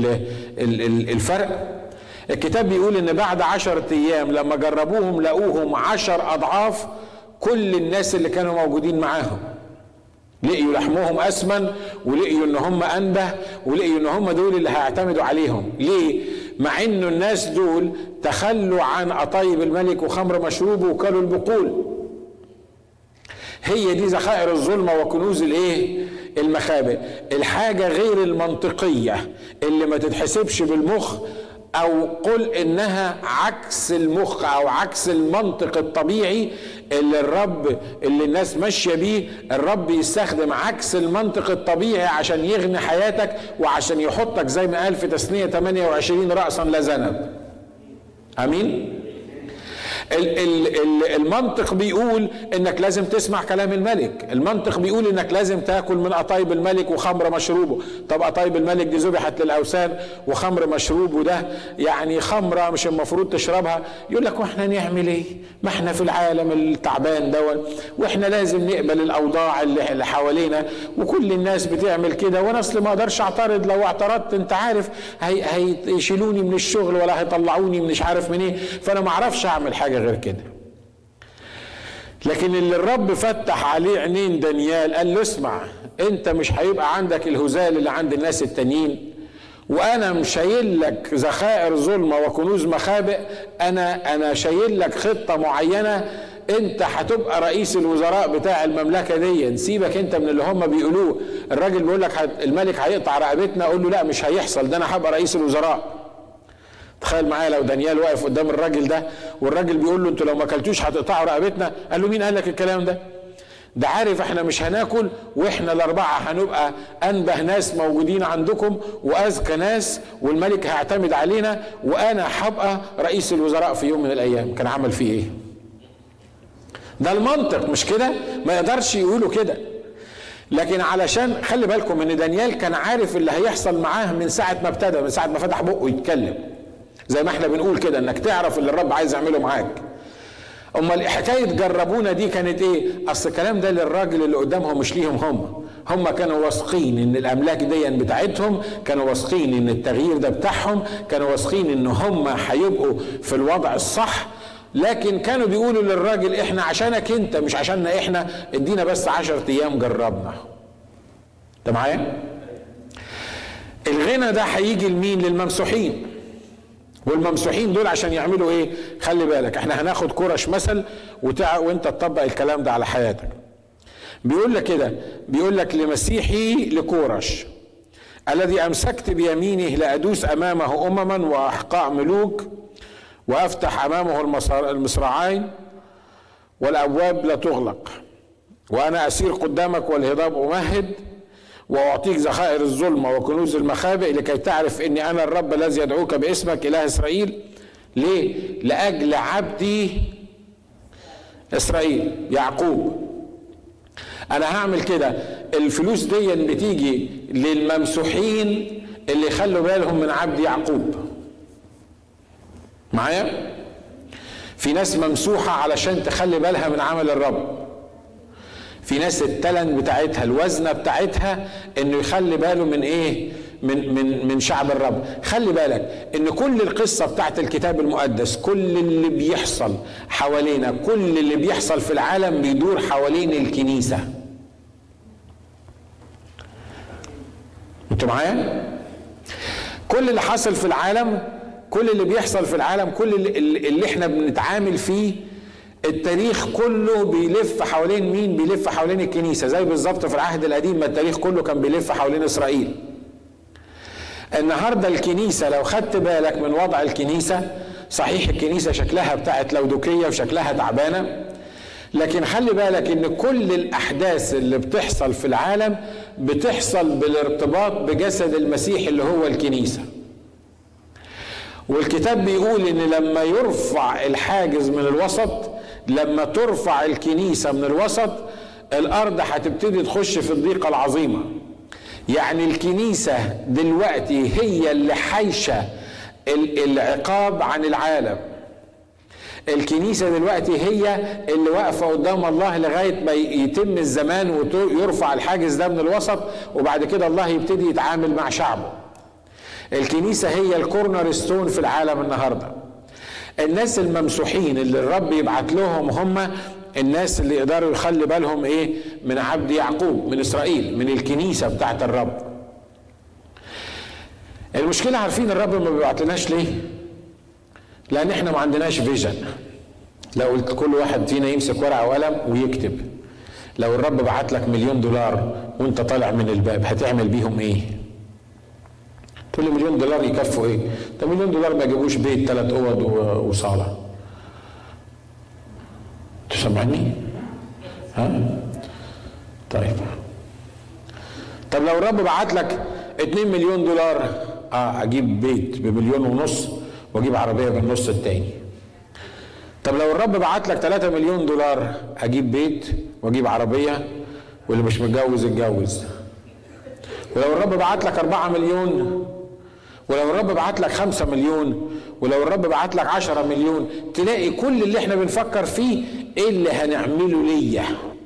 الفرق. الكتاب بيقول ان بعد 10 ايام لما جربوهم لقوهم 10 اضعاف كل الناس اللي كانوا موجودين معاهم. لقيوا لحمهم اسمن، ولقيوا ان هم انبه، ولقيوا ان هم دول اللي هيعتمدوا عليهم. ليه؟ مع انه الناس دول تخلوا عن قطايب الملك وخمر مشروبه وكلوا البقول. هي دي ذخائر الظلمة وكنوز المخابئ. الحاجة غير المنطقية اللي ما تتحسبش بالمخ، او قل انها عكس المخ او عكس المنطق الطبيعي اللي الناس ماشيه بيه، الرب يستخدم عكس المنطق الطبيعي عشان يغني حياتك وعشان يحطك زي ما قال في تثنية 28 رأسا لا ذنب. امين. المنطق بيقول انك لازم تسمع كلام الملك، المنطق بيقول انك لازم تاكل من قطايب الملك وخمر مشروبه. طب قطايب الملك دي ذبحت للاوثان، وخمر مشروبه ده يعني خمره مش المفروض تشربها. يقول لك واحنا نعمل ايه؟ ما احنا في العالم التعبان دون، واحنا لازم نقبل الاوضاع اللي حوالينا، وكل الناس بتعمل كده، وانا اصل ما اقدرش اعترض، لو اعترضت انت عارف هيشيلوني من الشغل ولا هيطلعوني مش عارف من ايه، فانا ما اعرفش اعمل حاجه غير كده. لكن اللي الرب فتح عليه عينين دانيال قال له اسمع، انت مش هيبقى عندك الهزال اللي عند الناس التانيين، وانا مش شايل لك ذخائر ظلمه وكنوز مخابئ، انا شايل لك خطه معينه، انت هتبقى رئيس الوزراء بتاع المملكه دي. سيبك انت من اللي هم بيقولوه، الراجل بيقول لك الملك هيقطع رقبتنا، اقول له لا مش هيحصل، ده انا هبقى رئيس الوزراء. تخيل معايا لو دانيال واقف قدام الراجل ده والراجل بيقول له انتوا لو ما اكلتوش هتقطعوا رقبتنا، قال له مين قال لك الكلام ده؟ ده عارف احنا مش هناكل، واحنا الاربعه هنبقى انبه ناس موجودين عندكم واذكى ناس، والملك هيعتمد علينا، وانا هبقى رئيس الوزراء في يوم من الايام. كان عمل فيه ايه؟ ده المنطق مش كده؟ ما يقدرش يقولوا كده. لكن علشان خلي بالكم ان دانيال كان عارف اللي هيحصل معاه من ساعه ما ابتدى، من ساعه ما فتح بقه يتكلم، زي ما احنا بنقول كده انك تعرف اللي الرب عايز يعمله معاك. امال حكايه جربونا دي كانت ايه؟ اصل الكلام ده للراجل اللي قدامهم مش ليهم هم كانوا واثقين ان الاملاك دي بتاعتهم، كانوا واثقين ان التغيير ده بتاعهم، كانوا واثقين ان هم هيبقوا في الوضع الصح، لكن كانوا بيقولوا للراجل احنا عشانك انت مش عشاننا احنا، ادينا بس 10 ايام جربنا. انت معايا؟ الغنى ده هيجي لمين؟ للممسوحين. والممسوحين دول عشان يعملوا ايه؟ خلي بالك احنا هناخد كورش مثل وانت تطبق الكلام ده على حياتك. بيقول لك كده، بيقول لك لمسيحي لكورش الذي امسكت بيمينه لادوس امامه امما واحقاء ملوك وافتح امامه المصراعين والابواب لا تغلق، وانا اسير قدامك والهضاب امهد، واعطيك ذخائر الظلمه وكنوز المخابئ لكي تعرف اني انا الرب الذي يدعوك باسمك اله اسرائيل. ليه؟ لاجل عبدي اسرائيل يعقوب. انا هعمل كده. الفلوس دي بتيجي للممسوحين اللي يخلوا بالهم من عبد يعقوب. معايا؟ في ناس ممسوحه علشان تخلي بالها من عمل الرب. في ناس التلن بتاعتها الوزنه بتاعتها انه يخلي باله من ايه؟ من شعب الرب. خلي بالك ان كل القصه بتاعت الكتاب المقدس، كل اللي بيحصل حوالينا، كل اللي بيحصل في العالم بيدور حوالين الكنيسه. انتوا معايا؟ كل اللي حصل في العالم، كل اللي بيحصل في العالم، كل اللي احنا بنتعامل فيه، التاريخ كله بيلف حوالين مين؟ بيلف حوالين الكنيسة. زي بالظبط في العهد القديم ما التاريخ كله كان بيلف حوالين إسرائيل. النهاردة الكنيسة لو خدت بالك من وضع الكنيسة، صحيح الكنيسة شكلها بتاعت لودوكية وشكلها تعبانة، لكن خلي بالك ان كل الأحداث اللي بتحصل في العالم بتحصل بالارتباط بجسد المسيح اللي هو الكنيسة. والكتاب بيقول ان لما يرفع الحاجز من الوسط، لما ترفع الكنيسة من الوسط، الأرض هتبتدي تخش في الضيقة العظيمة. يعني الكنيسة دلوقتي هي اللي حايشة العقاب عن العالم. الكنيسة دلوقتي هي اللي واقفة قدام الله لغاية ما يتم الزمان ويرفع الحاجز ده من الوسط، وبعد كده الله يبتدي يتعامل مع شعبه. الكنيسة هي الكورنر ستون في العالم النهاردة. الناس الممسوحين اللي الرب يبعت لهم هم الناس اللي يقدروا يخلي بالهم ايه؟ من عبد يعقوب، من اسرائيل، من الكنيسة بتاعت الرب. المشكلة عارفين الرب ما بيبعتلناش ليه؟ لأن احنا ما عندناش فيجن. لو قلت كل واحد فينا يمسك ورقة وقلم ويكتب، لو الرب بعت لك $1,000,000 وانت طالع من الباب هتعمل بيهم ايه؟ تقول لي $1,000,000 يكفوا ايه؟ ده $1,000,000 ما يجيبوش بيت 3 أوض وصالة. تسمعني؟ ها؟ طيب لو الرب بعت لك $2,000,000 اجيب بيت ب1,500,000 واجيب عربيه بالنص التاني. طب لو الرب بعت لك $3,000,000 اجيب بيت واجيب عربيه واللي مش متجوز اتجوز. ولو الرب بعت لك 4 مليون، ولو الرب بعت لك 5 مليون، ولو الرب بعت لك 10 مليون، تلاقي كل اللي احنا بنفكر فيه ايه اللي هنعمله ليا.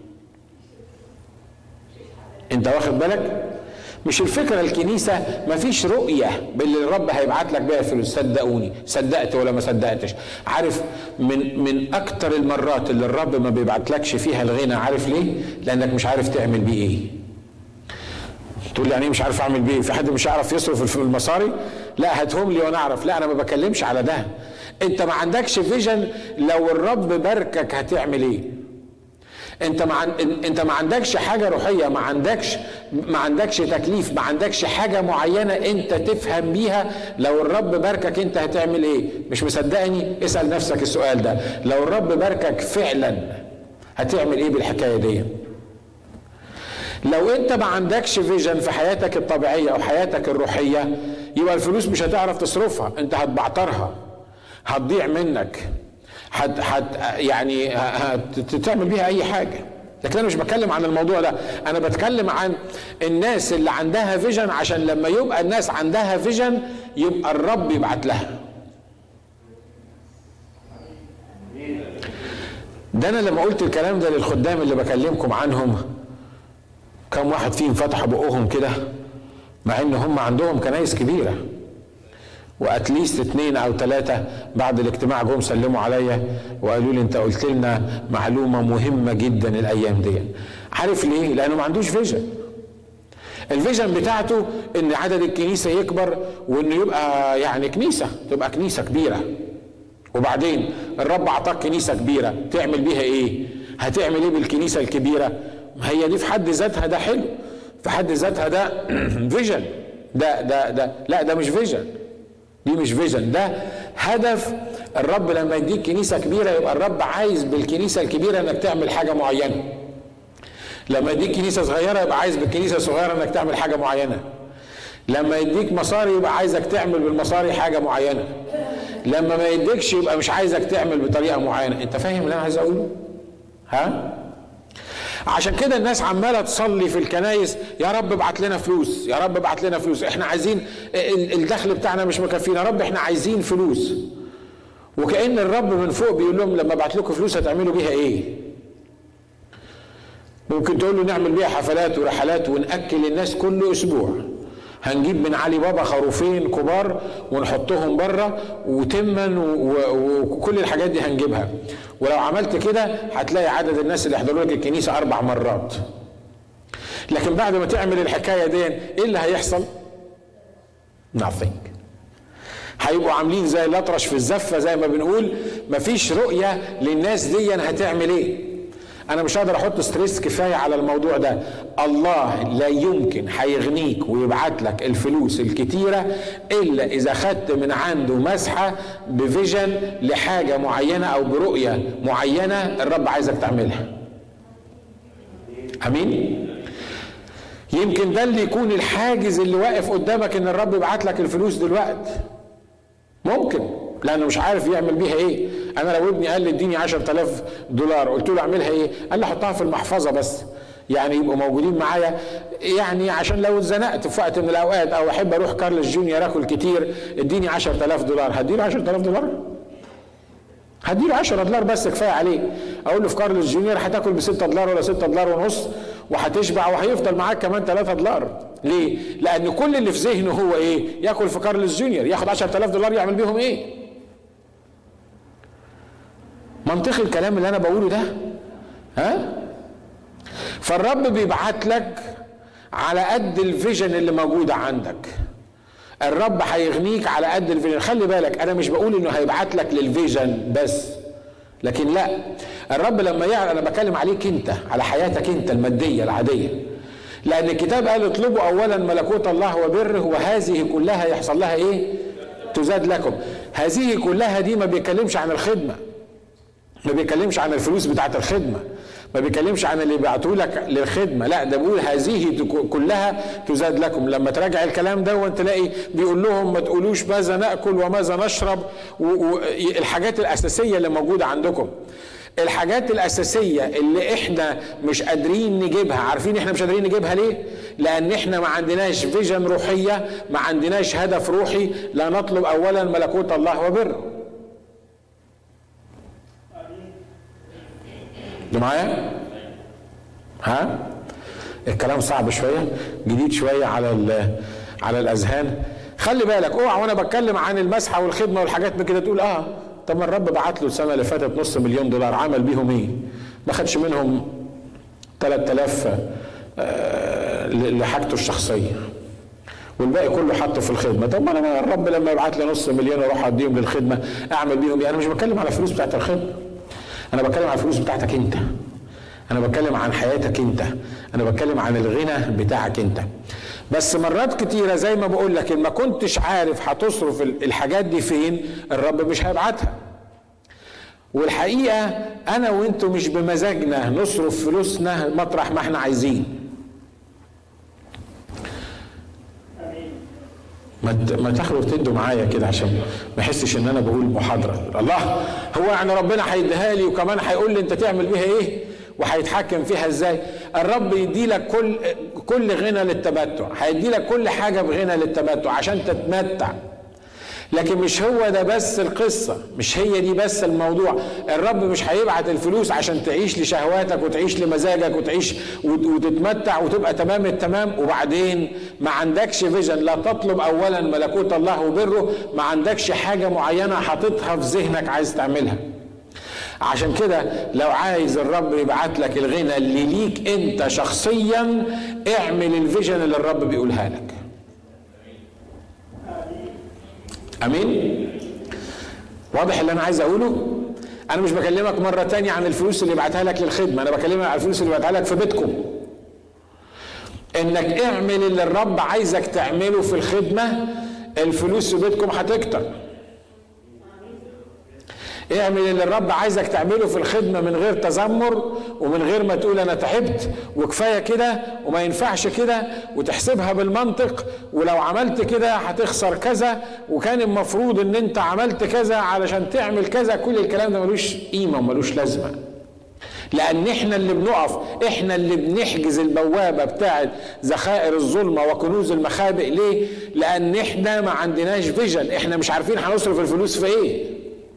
انت واخد بالك؟ مش الفكرة الكنيسة مفيش رؤية باللي الرب هيبعت لك بيها فلوس. صدقوني، صدقت ولا ما صدقتش. عارف من اكتر المرات اللي الرب ما بيبعتلكش فيها الغنى، عارف ليه؟ لانك مش عارف تعمل بيه ايه. تقول لي يعني ايه مش عارف اعمل بيه؟ في حد مش هيعرف يصرف في المصاري؟ لا هاتهم لي وانا اعرف. لا انا ما بكلمش على ده. انت ما عندكش فيجن لو الرب باركك هتعمل ايه؟ انت ما عندكش حاجه روحيه، ما عندكش تكليف، ما عندكش حاجه معينه انت تفهم بيها لو الرب باركك انت هتعمل ايه. مش مصدقني؟ اسال نفسك السؤال ده. لو الرب باركك فعلا هتعمل ايه بالحكايه دي؟ لو انت ما عندكش فيجن في حياتك الطبيعيه او حياتك الروحيه، يبقى الفلوس مش هتعرف تصرفها، انت هتبعترها، هتضيع منك، يعني تعمل بيها اي حاجه. لكن انا مش بتكلم عن الموضوع ده، انا بتكلم عن الناس اللي عندها فيجن، عشان لما يبقى الناس عندها فيجن يبقى الرب يبعت لها. ده انا لما قلت الكلام ده للخدام اللي بكلمكم عنهم، كم واحد فيهم فتحوا بقهم كده، مع ان هم عندهم كنايس كبيره، واتليست 2 أو 3 بعد الاجتماع جم سلموا عليا وقالوا لي انت قلت لنا معلومه مهمه جدا الايام دي. عارف ليه؟ لانه ما عندوش فيجن. الفيجن بتاعته ان عدد الكنيسه يكبر، وانه يبقى يعني كنيسه، تبقى كنيسه كبيره. وبعدين الرب اعطاك كنيسه كبيره، تعمل بيها ايه؟ هتعمل ايه بالكنيسه الكبيره؟ هي دي في حد ذاتها ده حلو، في حد ذاتها ده فيجن. ده لا، ده مش فيجن، دي مش فيجن، ده هدف. الرب لما يديك كنيسه كبيره يبقى الرب عايز بالكنيسه الكبيره انك تعمل حاجه معينه. لما يديك كنيسه صغيره يبقى عايز بالكنيسه الصغيره انك تعمل حاجه معينه. لما يديك مصاري يبقى عايزك تعمل بالمصاري حاجه معينه. لما ما يديكش يبقى مش عايزك تعمل بطريقه معينه. انت فاهم اللي انا عايز اقوله؟ ها؟ عشان كده الناس عماله تصلي في الكنايس، يا رب ابعت لنا فلوس، يا رب ابعت لنا فلوس، احنا عايزين، الدخل بتاعنا مش مكفينا، يا رب احنا عايزين فلوس. وكأن الرب من فوق بيقول لهم لما ابعت لكم فلوس هتعملوا بيها ايه؟ ممكن تقول له نعمل بيها حفلات ورحلات ونأكل الناس كل اسبوع، هنجيب من علي بابا خروفين كبار ونحطهم بره وتمن وكل الحاجات دي هنجيبها. ولو عملت كده هتلاقي عدد الناس اللي يحضروا لك الكنيسه 4 مرات. لكن بعد ما تعمل الحكايه دي ايه اللي هيحصل؟ nothing. هيبقوا عاملين زي الاطرش في الزفه زي ما بنقول، مفيش رؤيه للناس دي هتعمل ايه. انا مش هقدر احط ستريس كفايه على الموضوع ده. الله لا يمكن هيغنيك ويبعت لك الفلوس الكتيره الا اذا خدت من عنده مسحه بفيجن لحاجه معينه او برؤيه معينه الرب عايزك تعملها. امين. يمكن ده اللي يكون الحاجز اللي واقف قدامك ان الرب يبعت لك الفلوس دلوقتي. ممكن، لانه مش عارف يعمل بيها ايه. انا لو ابني قال لي اديني $10,000 قلت له اعملها ايه؟ قال لي حطها في المحفظه بس، يعني يبقوا موجودين معايا، يعني عشان لو اتزنقت في وقت من الاوقات او احب اروح كارلس جونيور اكل كتير، اديني $10,000. هديله $10,000؟ هديله $10 بس كفايه عليه. اقول له في كارلس جونيور هتاكل ب$6 ولا $6.50 وهتشبع وهيفضل معاك كمان $3. ليه؟ لان كل اللي في ذهنه هو ايه؟ ياكل في كارلس جونيور، ياخد $10,000 يعمل بيهم ايه؟ منطقي الكلام اللي انا بقوله ده؟ ها؟ فالرب بيبعت لك على قد الفيجن اللي موجوده عندك. الرب هيغنيك على قد الفيجن. خلي بالك انا مش بقول انه هيبعت لك للفيجن بس، لكن لا، الرب لما يعلن، انا بكلم عليك انت، على حياتك انت الماديه العاديه، لان الكتاب قال اطلبوا اولا ملكوت الله وبره وهذه كلها يحصل لها ايه؟ تزاد لكم. هذه كلها دي ما بيتكلمش عن الخدمه، ما بيتكلمش عن الفلوس بتاعت الخدمه، ما بيتكلمش عن اللي بيعطوا لك للخدمه، لا ده بيقول هذه كلها تزاد لكم. لما تراجع الكلام ده وانت تلاقي بيقول لهم ما تقولوش ماذا ناكل وماذا نشرب، والحاجات الاساسيه اللي موجوده عندكم، الحاجات الاساسيه اللي احنا مش قادرين نجيبها. عارفين احنا مش قادرين نجيبها ليه؟ لان احنا ما عندناش فيجن روحيه، ما عندناش هدف روحي. لا نطلب اولا ملكوت الله وبره. معايا؟ ها؟ الكلام صعب شويه، جديد شويه على الاذهان. خلي بالك اوعى وانا بتكلم عن المسحه والخدمه والحاجات من كده تقول طب ما الرب بعت له السنه اللي فاتت $500 مليون، عمل بيهم ايه؟ ما خدش منهم 3000 لحاجته الشخصيه والباقي كله حطه في الخدمه. طب ما انا الرب لما يبعت لي $500 مليون اروح اديهم للخدمه اعمل بيهم ايه؟ انا مش بتكلم على الفلوس بتاعت الخدمه، انا بتكلم عن الفلوس بتاعتك انت، انا بتكلم عن حياتك انت، انا بتكلم عن الغنى بتاعك انت. بس مرات كتيره زي ما بقول لك ان ما كنتش عارف هتصرف الحاجات دي فين، الرب مش هيبعتها. والحقيقه انا وانتوا مش بمزاجنا نصرف فلوسنا مطرح ما احنا عايزين. ما تاخدوا تدوا معايا كده عشان ما احسش ان انا بقول محاضره. الله، هو يعني ربنا هيديها لي وكمان هيقول لي انت تعمل بيها ايه وهيتحكم فيها ازاي؟ الرب يدي لك كل غنى للتمتع، هيدي لك كل حاجه بغنى للتمتع عشان تتمتع. لكن مش هو ده بس القصه، مش هي دي بس الموضوع. الرب مش هيبعت الفلوس عشان تعيش لشهواتك وتعيش لمزاجك وتعيش وتتمتع وتبقى تمام التمام وبعدين ما عندكش فيجن. لا تطلب اولا ملكوت الله وبره، ما عندكش حاجه معينه حاططها في ذهنك عايز تعملها. عشان كده لو عايز الرب يبعت لك الغنى اللي ليك انت شخصيا، اعمل الفيجن اللي الرب بيقولها لك. امين؟ واضح اللي انا عايز اقوله؟ انا مش بكلمك مره تانية عن الفلوس اللي بعتها لك للخدمه، انا بكلمك عن الفلوس اللي بعتها لك في بيتكم. انك اعمل اللي الرب عايزك تعمله في الخدمه، الفلوس في بيتكم هتكتر. اعمل اللي الرب عايزك تعمله في الخدمة من غير تذمر ومن غير ما تقول انا تعبت وكفاية كده وما ينفعش كده وتحسبها بالمنطق، ولو عملت كده هتخسر كذا وكان المفروض ان انت عملت كذا علشان تعمل كذا. كل الكلام ده ملوش قيمة وملوش لازمة، لان احنا اللي بنقف، احنا اللي بنحجز البوابة بتاعت ذخائر الظلمة وكنوز المخابئ. ليه؟ لان احنا ما عندناش فيجن، احنا مش عارفين هنصرف الفلوس في ايه.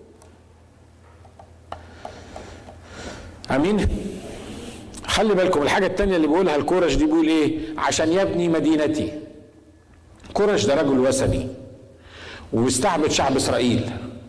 امين؟ خلي بالكم الحاجة التانية اللي بيقولها الكورش دي، بيقول ايه؟ عشان يبني مدينتي. كورش ده رجل وثني واستعبد شعب اسرائيل،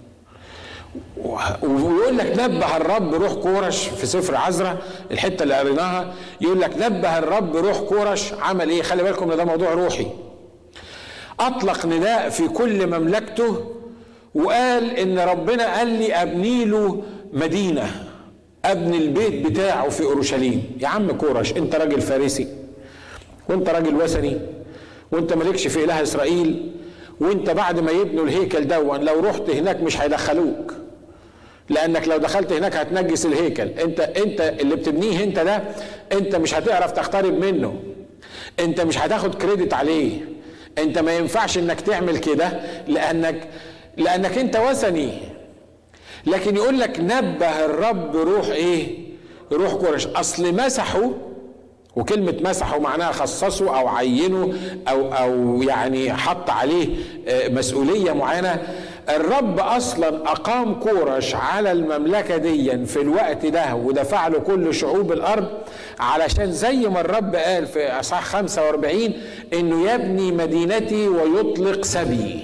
ويقول لك نبه الرب روح كورش في سفر عزرا الحتة اللي قريناها، يقول لك نبه الرب روح كورش عمل ايه؟ خلي بالكم ده موضوع روحي. اطلق نداء في كل مملكته وقال ان ربنا قال لي ابني له مدينة، ابني البيت بتاعه في اورشليم. يا عم كورش انت راجل فارسي وانت راجل وثني وانت مالكش في اله اسرائيل، وانت بعد ما يبنوا الهيكل دون لو رحت هناك مش هيدخلوك، لانك لو دخلت هناك هتنجس الهيكل. انت اللي بتبنيه انت ده انت مش هتعرف تقترب منه، انت مش هتاخد كريدت عليه، انت ما ينفعش انك تعمل كده لانك انت وثني. لكن يقول لك نبه الرب روح ايه؟ روح كورش. اصل مسحوا، وكلمة مسحوا معناها خصصوا او عينوا او يعني حط عليه مسؤولية معينة. الرب اصلا اقام كورش على المملكة دي في الوقت ده ودفع له كل شعوب الارض، علشان زي ما الرب قال في اصحاح 45 انه يبني مدينتي ويطلق سبي.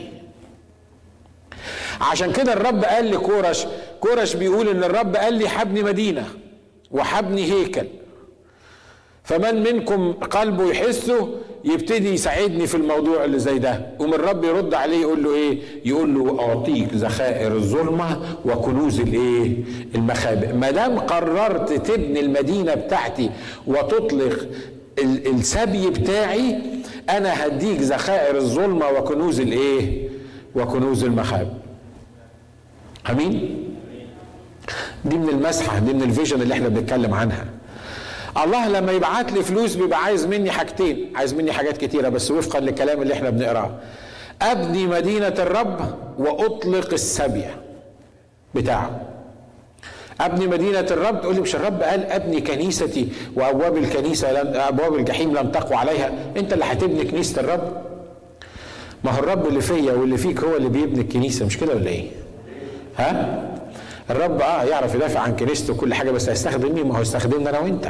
عشان كده الرب قال لكورش، كورش بيقول ان الرب قال لي حبني مدينة وحبني هيكل. فمن منكم قلبه يحسه يبتدي يساعدني في الموضوع اللي زي ده. ومن الرب يرد عليه يقول له ايه؟ يقول له اعطيك ذخائر الظلمه وكنوز الايه؟ المخابئ. ما دام قررت تبني المدينه بتاعتي وتطلق السبي بتاعي، انا هديك ذخائر الظلمه وكنوز الايه؟ وكنوز المخابئ. امين. دي من المسحه، دي من الفيجن اللي احنا بنتكلم عنها. الله لما يبعت لي فلوس بيبقى عايز مني حاجتين، عايز مني حاجات كتيره بس وفقا للكلام اللي احنا بنقراه. ابني مدينه الرب واطلق السبي بتاعه. ابني مدينه الرب، تقول لي مش الرب قال ابني كنيستي وابواب الكنيسه ابواب الجحيم لم تقوى عليها؟ انت اللي هتبني كنيسه الرب. ما هو الرب اللي فيا واللي فيك هو اللي بيبني الكنيسه، مش كده ولا ايه؟ ها؟ الرب يعرف يدافع عن كنيسته وكل حاجه، بس هيستخدم مين؟ ما هو يستخدمنا انا وانت.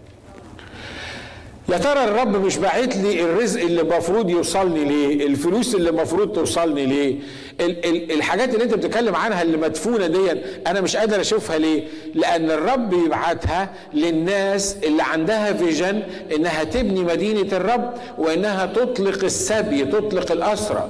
يا ترى الرب مش باعت لي الرزق اللي المفروض يوصلني ليه؟ الفلوس اللي المفروض توصلني ليه؟ الحاجات اللي انت بتتكلم عنها اللي مدفونه دي انا مش قادر اشوفها ليه؟ لان الرب يبعتها للناس اللي عندها فيجن انها تبني مدينه الرب وانها تطلق السبي، تطلق الاسرى.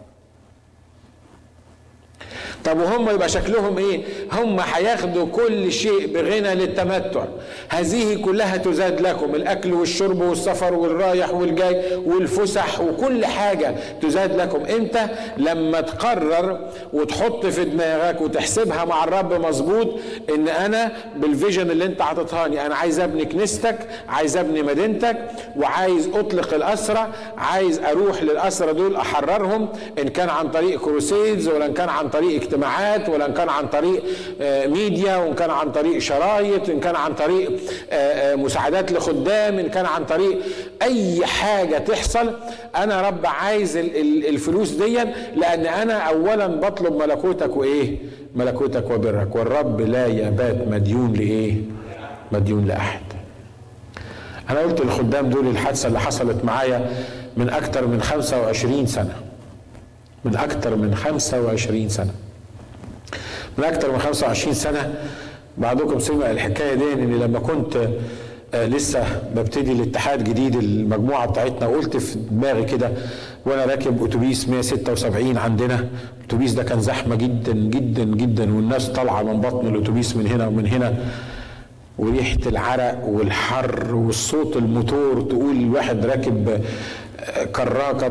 طب وهم يبقى شكلهم ايه؟ هم هياخدوا كل شيء بغنى للتمتع. هذه كلها تزاد لكم، الاكل والشرب والسفر والرايح والجاي والفسح وكل حاجه تزاد لكم. امتى؟ لما تقرر وتحط في دماغك وتحسبها مع الرب مظبوط ان انا بالفيجن اللي انت عطيتهاني انا عايز ابني كنيستك، عايز ابني مدينتك، وعايز اطلق الاسرى، عايز اروح للاسرى دول احررهم، ان كان عن طريق كروسيدز ولا ان كان عن طريق اجتماعات ولا ان كان عن طريق ميديا وان كان عن طريق شرايط، ان كان عن طريق مساعدات لخدام، ان كان عن طريق اي حاجه تحصل. انا رب عايز الفلوس دي لان انا اولا بطلب ملكوتك وايه؟ ملكوتك وبرك. والرب لا يبات مديون لايه؟ مديون لاحد. انا قلت للخدام دول الحادثه اللي حصلت معايا من اكتر من 25 سنه، من اكتر من 25 سنه، من اكتر من 25 سنه. بعضكم سمع الحكايه دي ان لما كنت لسه ببتدي الاتحاد جديد المجموعه بتاعتنا، وقلت في دماغي كده وانا راكب اتوبيس 176 عندنا، الاتوبيس ده كان زحمه جدا جدا جدا والناس طالعه من بطن الاتوبيس من هنا ومن هنا، وريحه العرق والحر والصوت الموتور تقول الواحد راكب كراكه.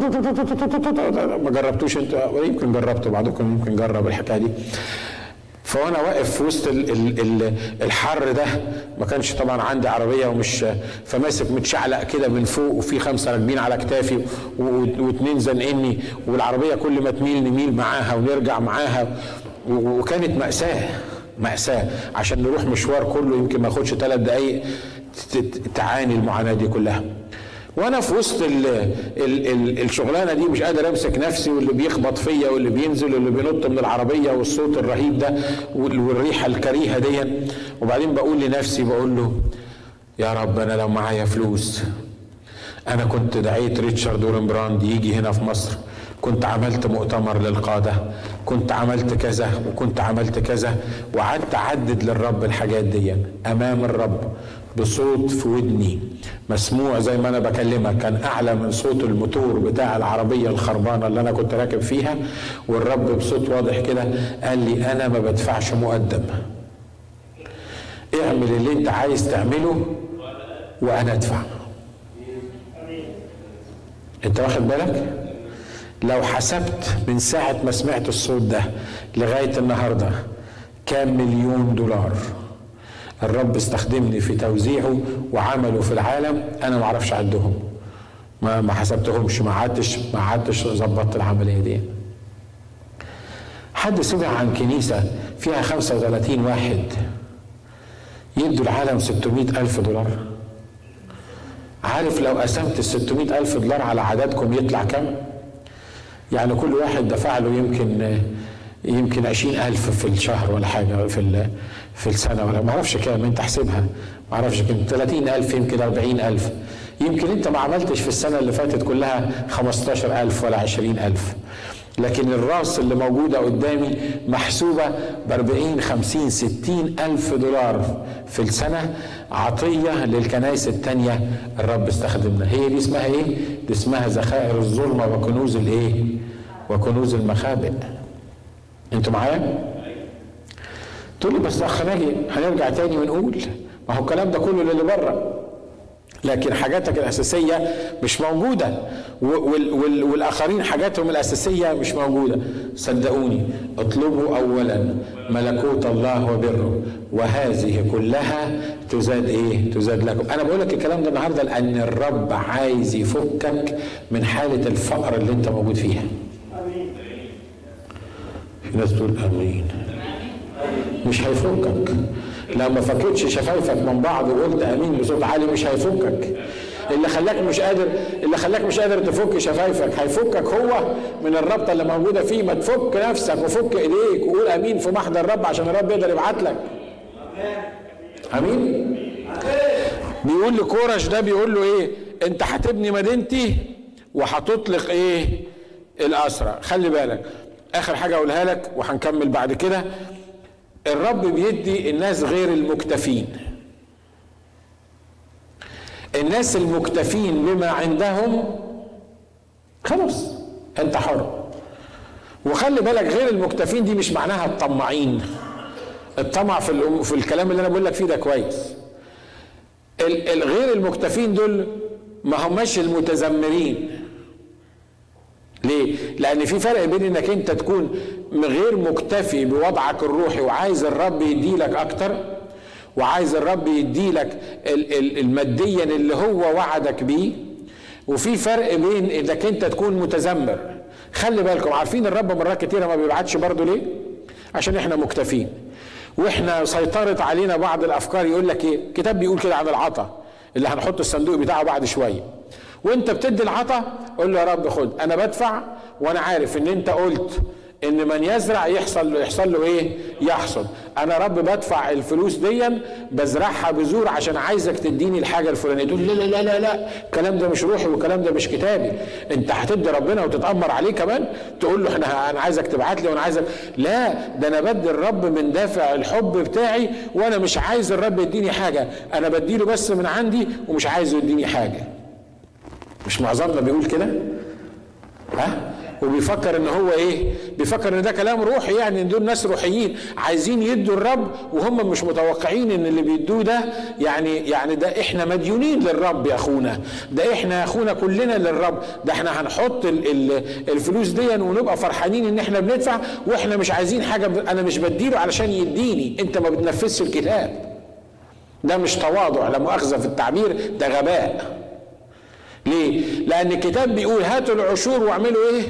ما جربتوش انت؟ يمكن جربتوا، بعضكم يمكن جرب الحكايه دي. فوانا واقف في وسط الحر ده، ما كانش طبعا عندي عربيه ومش فماسك متشعلق كده من فوق، وفي 5 راكبين على كتافي و2 زنقني، والعربيه كل ما تميل نميل معاها ونرجع معاها، وكانت مأساة عشان نروح مشوار كله يمكن ما ياخدش 3 دقايق تعاني المعاناه دي كلها. وانا في وسط الشغلانه دي مش قادر امسك نفسي، واللي بيخبط فيا واللي بينزل واللي بينط من العربيه والصوت الرهيب ده والريحه الكريهه دي. وبعدين بقول لنفسي، بقول له يا رب انا لو معايا فلوس انا كنت دعيت ريتشارد ورمبراند يجي هنا في مصر، كنت عملت مؤتمر للقاده، كنت عملت كذا وكنت عملت كذا، وقعدت اعدد للرب الحاجات دي امام الرب بصوت في ودني مسموع زي ما انا بكلمك، كان اعلى من صوت الموتور بتاع العربيه الخربانه اللي انا كنت راكب فيها. والرب بصوت واضح كده قال لي انا ما بدفعش مقدم، اعمل اللي انت عايز تعمله وانا ادفع. انت واخد بالك؟ لو حسبت من ساعه ما سمعت الصوت ده لغايه النهارده كام مليون دولار الرب استخدمني في توزيعه وعمله في العالم، انا ما اعرفش اعدهم، ما حسبتهمش، ما قعدتش ظبطت العمليه دي. حد سمع عن كنيسه فيها 35 واحد يدوا العالم 600,000 دولار؟ عارف لو قسمت ال600,000 دولار على عددكم يطلع كم؟ يعني كل واحد دفع له يمكن 20,000 في الشهر ولا حاجه في السنه، ولا ما اعرفش كام، انت احسبها، ما اعرفش كام، 30,000 يمكن 40,000. يمكن انت ما عملتش في السنه اللي فاتت كلها 15,000 ولا 20,000. لكن الراس اللي موجودة قدامي محسوبة ب40 50 60 ألف دولار في السنة عطية للكنائس التانية الرب استخدمنا. هي دي اسمها ايه؟ دي اسمها ذخائر الظلمة وكنوز الايه؟ وكنوز المخابئ. انتوا معايا؟ تقول لي بس اخ ناجي هنرجع تاني ونقول ما هو الكلام ده كله للي بره، لكن حاجاتك الأساسية مش موجودة، والآخرين حاجاتهم الأساسية مش موجودة. صدقوني، اطلبوا أولا ملكوت الله وبره وهذه كلها تزاد ايه؟ تزاد لكم. أنا بقول لك الكلام ده النهارده لأن الرب عايز يفكك من حالة الفقر اللي أنت موجود فيها. في ناس تقول آمين. مش هيفكك لو ما فكتش شفايفك من بعض وقلت امين بصوت عالي. مش هيفكك. اللي خلاك مش قادر تفك شفايفك هيفكك هو من الربطه اللي موجوده فيه. ما تفك نفسك وفك ايديك وقول امين في محضر الرب عشان الرب يقدر يبعت لك. امين. بيقول لكورش ده، بيقول له ايه؟ انت هتبني مدينتي وهتطلق ايه؟ الاسرى. خلي بالك اخر حاجه اقولها لك وهنكمل بعد كده. الرب بيدي الناس غير المكتفين. الناس المكتفين بما عندهم خلاص انت حر. وخلي بالك غير المكتفين دي مش معناها الطماعين. الطمع في الكلام اللي انا بقول لك فيه ده كويس. الغير المكتفين دول ما هماش المتذمرين. ليه؟ لأن في فرق بين انك انت تكون غير مكتفي بوضعك الروحي وعايز الرب يديلك اكتر، وعايز الرب يديلك الماديا اللي هو وعدك بيه، وفي فرق بين انك انت تكون متذمر. خلي بالكم، عارفين الرب مرات كتيرة ما بيبعتش برضه ليه؟ عشان احنا مكتفين واحنا سيطرت علينا بعض الافكار. يقول لك ايه؟ الكتاب بيقول كده عن العطا اللي هنحط الصندوق بتاعه بعد شويه. وانت بتدي العطا قول له يا رب خد، انا بدفع وانا عارف ان انت قلت ان من يزرع يحصل له ايه؟ يحصد. انا رب بدفع الفلوس ديا بزرعها بذور عشان عايزك تديني الحاجه الفلانيه. تقول لا لا لا لا، الكلام ده مش روحي والكلام ده مش كتابي. انت هتدي ربنا وتتامر عليه كمان؟ تقول له انا عايزك تبعت لي وانا عايزك. لا، ده انا بدي الرب من دافع الحب بتاعي، وانا مش عايز الرب يديني حاجه، انا بديله بس من عندي ومش عايزه يديني حاجه. مش معظمنا بيقول كده؟ ها؟ وبيفكر ان هو ايه؟ بيفكر ان ده كلام روحي، يعني ان دول ناس روحيين عايزين يدوا الرب وهم مش متوقعين ان اللي بيدوه ده يعني ده احنا مديونين للرب يا اخونا، ده احنا يا اخونا كلنا للرب، ده احنا هنحط الفلوس دي ونبقى فرحانين ان احنا بندفع واحنا مش عايزين حاجه. انا مش بديله علشان يديني، انت ما بتنفذش الكتاب. ده مش تواضع، لا مؤاخذه في التعبير، ده غباء. ليه؟ لأن الكتاب بيقول هاتوا العشور واعملوا ايه؟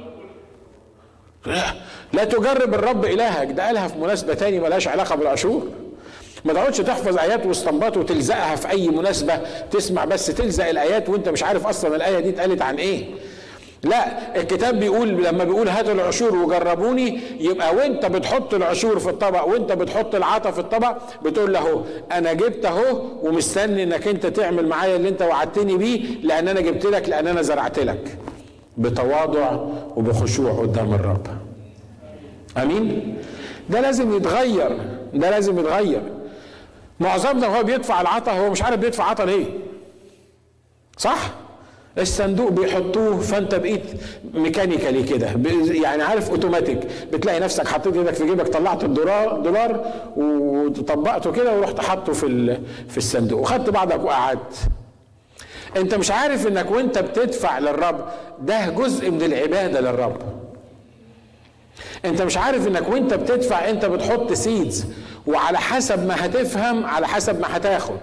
لا تجرب الرب إلهك. ده قالها في مناسبة تاني ملهاش علاقة بالعشور. ما تقعدش تحفظ آيات واستنباط وتلزقها في أي مناسبة، تسمع بس تلزق الآيات وأنت مش عارف أصلا الآية دي اتقالت عن إيه. لا، الكتاب بيقول لما بيقول هاتوا العشور وجربوني، يبقى وانت بتحط العشور في الطبق وانت بتحط العطا في الطبق بتقول له انا جبت اهو ومستني انك انت تعمل معايا اللي انت وعدتني بيه، لان انا جبت لك، لان انا زرعت لك، بتواضع وبخشوع قدام الرب. امين. ده لازم يتغير، ده لازم يتغير. معظمنا وهو بيدفع العطا هو مش عارف بيدفع عطا ليه. صح؟ الصندوق بيحطوه فانت بقيت ميكانيكالي كده، يعني عارف اوتوماتيك، بتلاقي نفسك حطيت ايدك في جيبك طلعت الدولار وطبقته كده ورحت حاطه في الصندوق وخدت بعضك وقعدت. انت مش عارف انك وانت بتدفع للرب ده جزء من العباده للرب. انت مش عارف انك وانت بتدفع انت بتحط سيدز، وعلى حسب ما هتفهم على حسب ما هتاخد.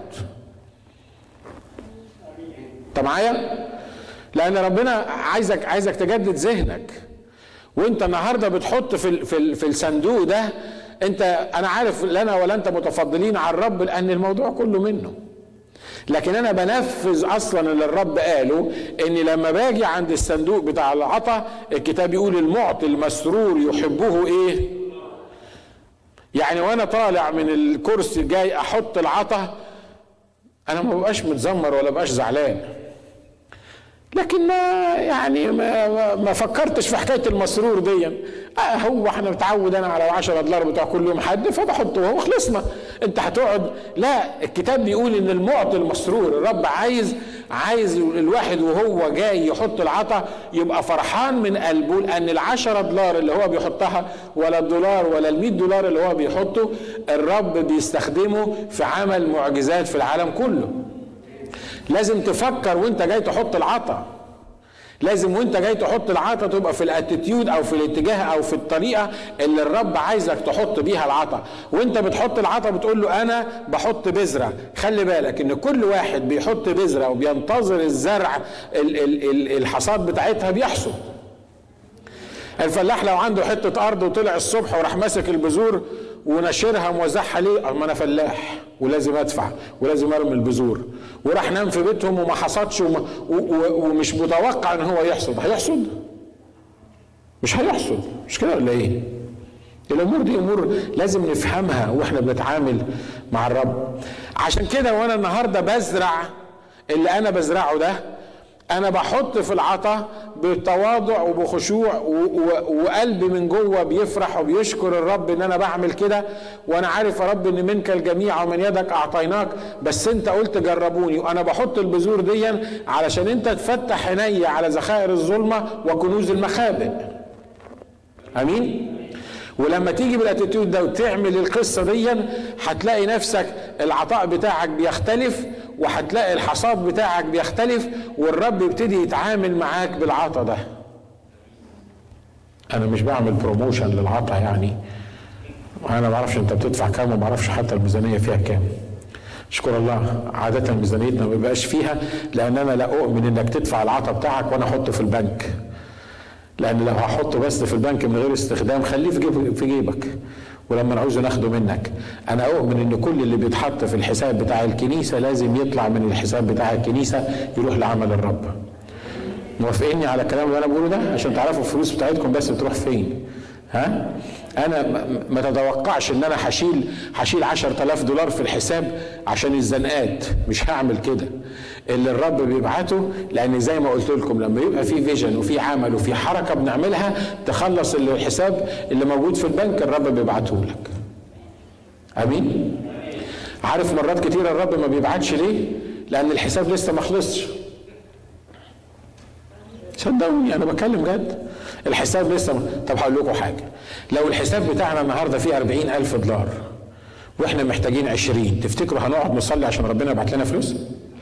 انت معايا؟ لان ربنا عايزك تجدد ذهنك. وانت النهارده بتحط في الصندوق ده، انا عارف لا انا ولا انت متفضلين على الرب لان الموضوع كله منه، لكن انا بنفذ اصلا اللي الرب قاله. اني لما باجي عند الصندوق بتاع العطا، الكتاب يقول المعطي المسرور يحبه ايه؟ يعني وانا طالع من الكرسي جاي احط العطا، انا ما بقاش متذمر ولا بقاش زعلان، لكن يعني ما فكرتش في حكايه المسرور دي. هو احنا متعود انا على $10 بتوع كل يوم حد فبحطه وهو خلصنا. انت هتقعد؟ لا، الكتاب بيقول ان المعطي المسرور. الرب عايز الواحد وهو جاي يحط العطا يبقى فرحان من قلبه، لان $10 اللي هو بيحطها ولا $1 ولا $100 اللي هو بيحطه الرب بيستخدمه في عمل معجزات في العالم كله. لازم تفكر وانت جاي تحط العطا، لازم وانت جاي تحط العطا تبقى في الاتيتيود او في الاتجاه او في الطريقه اللي الرب عايزك تحط بيها العطا. وانت بتحط العطا بتقول له انا بحط بذره. خلي بالك ان كل واحد بيحط بذره وبينتظر الزرع الحصاد بتاعتها بيحصد. الفلاح لو عنده حته ارض وطلع الصبح وراح ماسك البذور ونشرها موزعها ليه؟ ما انا فلاح ولازم ادفع ولازم ارمي البذور، وراح نام في بيتهم وما حصدش ومش متوقع ان هو يحصد. هيحصد؟ مش هيحصد. مش كده ولا ايه؟ الامور دي امور لازم نفهمها واحنا بنتعامل مع الرب. عشان كده وانا النهارده بزرع اللي انا بزرعه ده، انا بحط في العطا بتواضع وبخشوع وقلبي من جوه بيفرح وبيشكر الرب ان انا بعمل كده، وانا عارف يا رب ان منك الجميع ومن يدك اعطيناك، بس انت قلت جربوني، وانا بحط البذور دي علشان انت تفتح عيني على ذخائر الظلمه وكنوز المخابئ. امين. ولما تيجي بالاتيتيود ده وتعمل القصه دي هتلاقي نفسك العطاء بتاعك بيختلف، وهتلاقي الحصاد بتاعك بيختلف، والرب يبتدي يتعامل معاك بالعطاء ده. انا مش بعمل بروموشن للعطاء، يعني انا ما اعرفش انت بتدفع كام وما اعرفش حتى الميزانيه فيها كام. اشكر الله عاده ميزانيتنا ما بيبقاش فيها، لان انا لا اؤمن انك تدفع العطاء بتاعك وانا احطه في البنك، لان لو هحطه بس في البنك من غير استخدام خليه في جيبك، ولما نعوزه ناخده منك. انا اؤمن ان كل اللي بيتحط في الحساب بتاع الكنيسه لازم يطلع من الحساب بتاع الكنيسه يروح لعمل الرب. موافقيني على الكلام اللي انا بقوله ده؟ عشان تعرفوا الفلوس بتاعتكم بس بتروح فين. ها؟ انا ما تتوقعش ان انا هشيل $10,000 في الحساب عشان الزنقات، مش هعمل كده. اللي الرب بيبعته، لان زي ما قلت لكم لما يبقى في فيجن وفي عمل وفي حركه بنعملها تخلص الحساب اللي موجود في البنك الرب بيبعته لك. امين. عارف مرات كتير الرب ما بيبعتش ليه؟ لان الحساب لسه ما خلصش. صدقوني انا بتكلم جد، الحساب لسه طب هقول لكم حاجه، لو الحساب بتاعنا النهارده فيه $40,000 واحنا محتاجين 20، تفتكروا هنقعد نصلي عشان ربنا يبعت لنا فلوس؟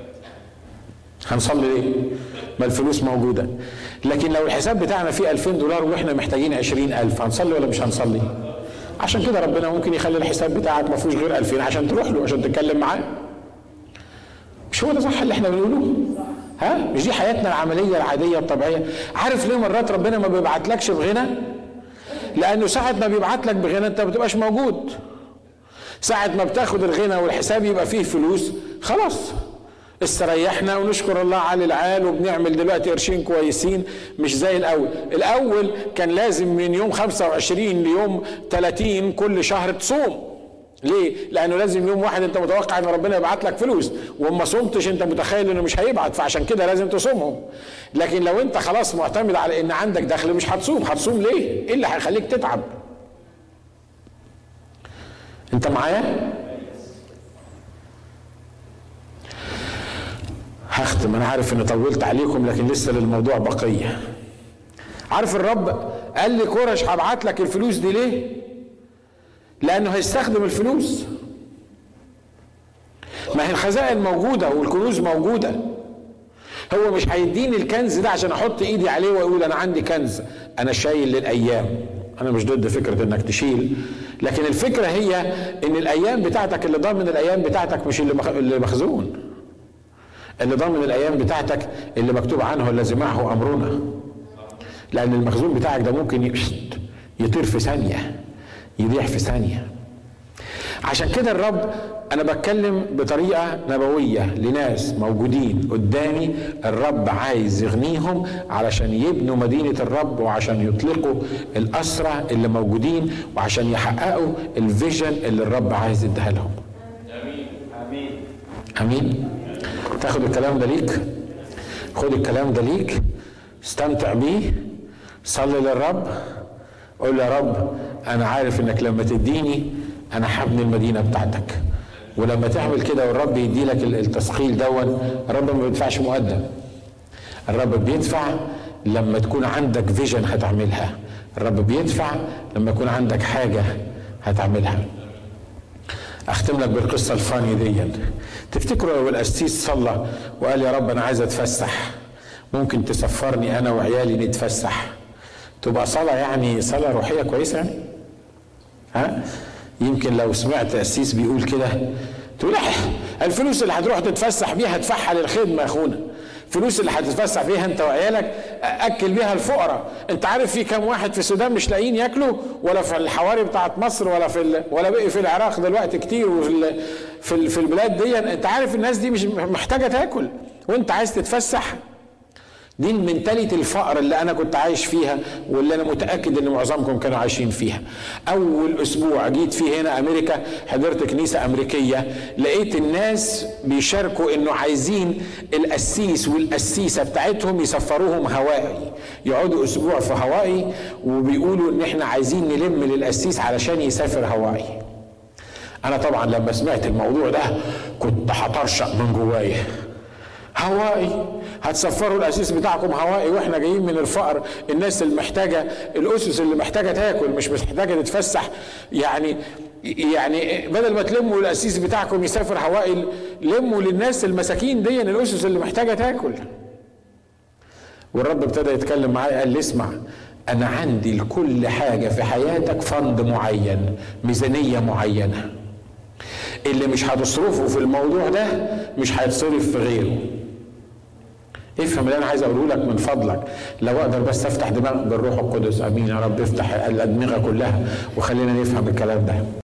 هنصلي ليه؟ ما الفلوس موجوده. لكن لو الحساب بتاعنا فيه $2,000 واحنا محتاجين 20,000 هنصلي ولا مش هنصلي؟ عشان كده ربنا ممكن يخلي الحساب بتاعك ما فيهوش غير 2000 عشان تروح له عشان تتكلم معاه. مش هو ده صح اللي احنا بنقوله؟ ها؟ مش دي حياتنا العمليه العاديه الطبيعيه؟ عارف ليه مرات ربنا ما بيبعتلكش بغنى؟ لانه ساعه ما بيبعت لك بغنى انت ما بتبقاش موجود. ساعه ما بتاخد الغنى والحساب يبقى فيه فلوس خلاص استريحنا ونشكر الله على العال وبنعمل دلوقتي قرشين كويسين، مش زي الاول. الاول كان لازم من يوم 25 ليوم 30 كل شهر تصوم. ليه؟ لانه لازم يوم واحد انت متوقع ان ربنا يبعت لك فلوس، وما صمتش انت متخيل انه مش هيبعت، فعشان كده لازم تصومهم. لكن لو انت خلاص معتمد على ان عندك دخل مش هتصوم. هتصوم ليه؟ ايه اللي هيخليك تتعب؟ انت معايا؟ هختم، انا عارف اني طولت عليكم لكن لسه للموضوع بقيه. عارف الرب قال لي كورش هبعت لك الفلوس دي ليه؟ لانه هيستخدم الفلوس. ما هي الخزائن موجوده والكنوز موجوده. هو مش هيديني الكنز ده عشان احط ايدي عليه واقول انا عندي كنز، انا شايل للايام. انا مش ضد فكره انك تشيل، لكن الفكره هي ان الايام بتاعتك اللي ضامن الايام بتاعتك مش اللي مخزون. اللي ضامن الايام بتاعتك اللي مكتوب عنه الذي معه امرنا. لان المخزون بتاعك ده ممكن يطير في ثانيه، يضيع في ثانيه. عشان كده الرب، انا بتكلم بطريقه نبويه لناس موجودين قدامي، الرب عايز يغنيهم علشان يبنوا مدينه الرب، وعشان يطلقوا الاسرى اللي موجودين، وعشان يحققوا الفيجن اللي الرب عايز يديها لهم. امين امين امين. تاخد الكلام ده ليك؟ خد الكلام ده ليك، استمتع بيه، صلي للرب، قول يا رب انا عارف انك لما تديني انا هبني المدينه بتاعتك. ولما تعمل كده والرب يدي لك التثقيل دون، الرب ما بيدفعش مقدم، الرب بيدفع لما تكون عندك فيجن هتعملها، الرب بيدفع لما يكون عندك حاجه هتعملها. اختم لك بالقصه الفاني دي. تفتكروا لو القسيس صلى وقال يا رب انا عايز اتفسح، ممكن تسفرني انا وعيالي نتفسح؟ تبقى صلاه يعني صلاه روحيه كويسه يعني؟ ها؟ يمكن لو سمعت قسيس بيقول كده تقول الفلوس اللي هتروح تتفسح بيها ادفعها للخدمه يا اخونا، الفلوس اللي هتتفسح بيها انت وعيالك اكل بيها الفقراء. انت عارف في كام واحد في السودان مش لاقيين ياكلوا، ولا في الحواري بتاعت مصر، ولا بقي في العراق دلوقتي كتير، وفي البلاد دي انت عارف الناس دي مش محتاجه تاكل وانت عايز تتفسح. دي المنتاليتي الفقر اللي انا كنت عايش فيها، واللي انا متاكد ان معظمكم كانوا عايشين فيها. اول اسبوع جيت فيه هنا امريكا، حضرت كنيسه امريكيه، لقيت الناس بيشاركوا انه عايزين القسيس والقسيسه بتاعتهم يسفروهم هوائي، يقعدوا اسبوع في هوائي، وبيقولوا ان احنا عايزين نلم للقسيس علشان يسافر هوائي. انا طبعا لما سمعت الموضوع ده كنت هطرشق من جوايا. هوائي؟ هتسفروا القسيس بتاعكم هوائي واحنا جايين من الفقر، الناس المحتاجه، الاسس اللي محتاجه تاكل مش محتاجه تتفسح؟ يعني بدل ما تلموا القسيس بتاعكم يسافر هوائي، لموا للناس المساكين دي الاسس اللي محتاجه تاكل. والرب ابتدى يتكلم معايا، قال لي اسمع، انا عندي لكل حاجه في حياتك فند معين، ميزانيه معينه، اللي مش هتصرفه في الموضوع ده مش هيتصرف في غيره. افهم اللي انا عايز اقوله لك من فضلك، لو اقدر بس افتح دماغك بالروح القدس. امين يا رب، افتح الادمغه كلها وخلينا نفهم الكلام ده.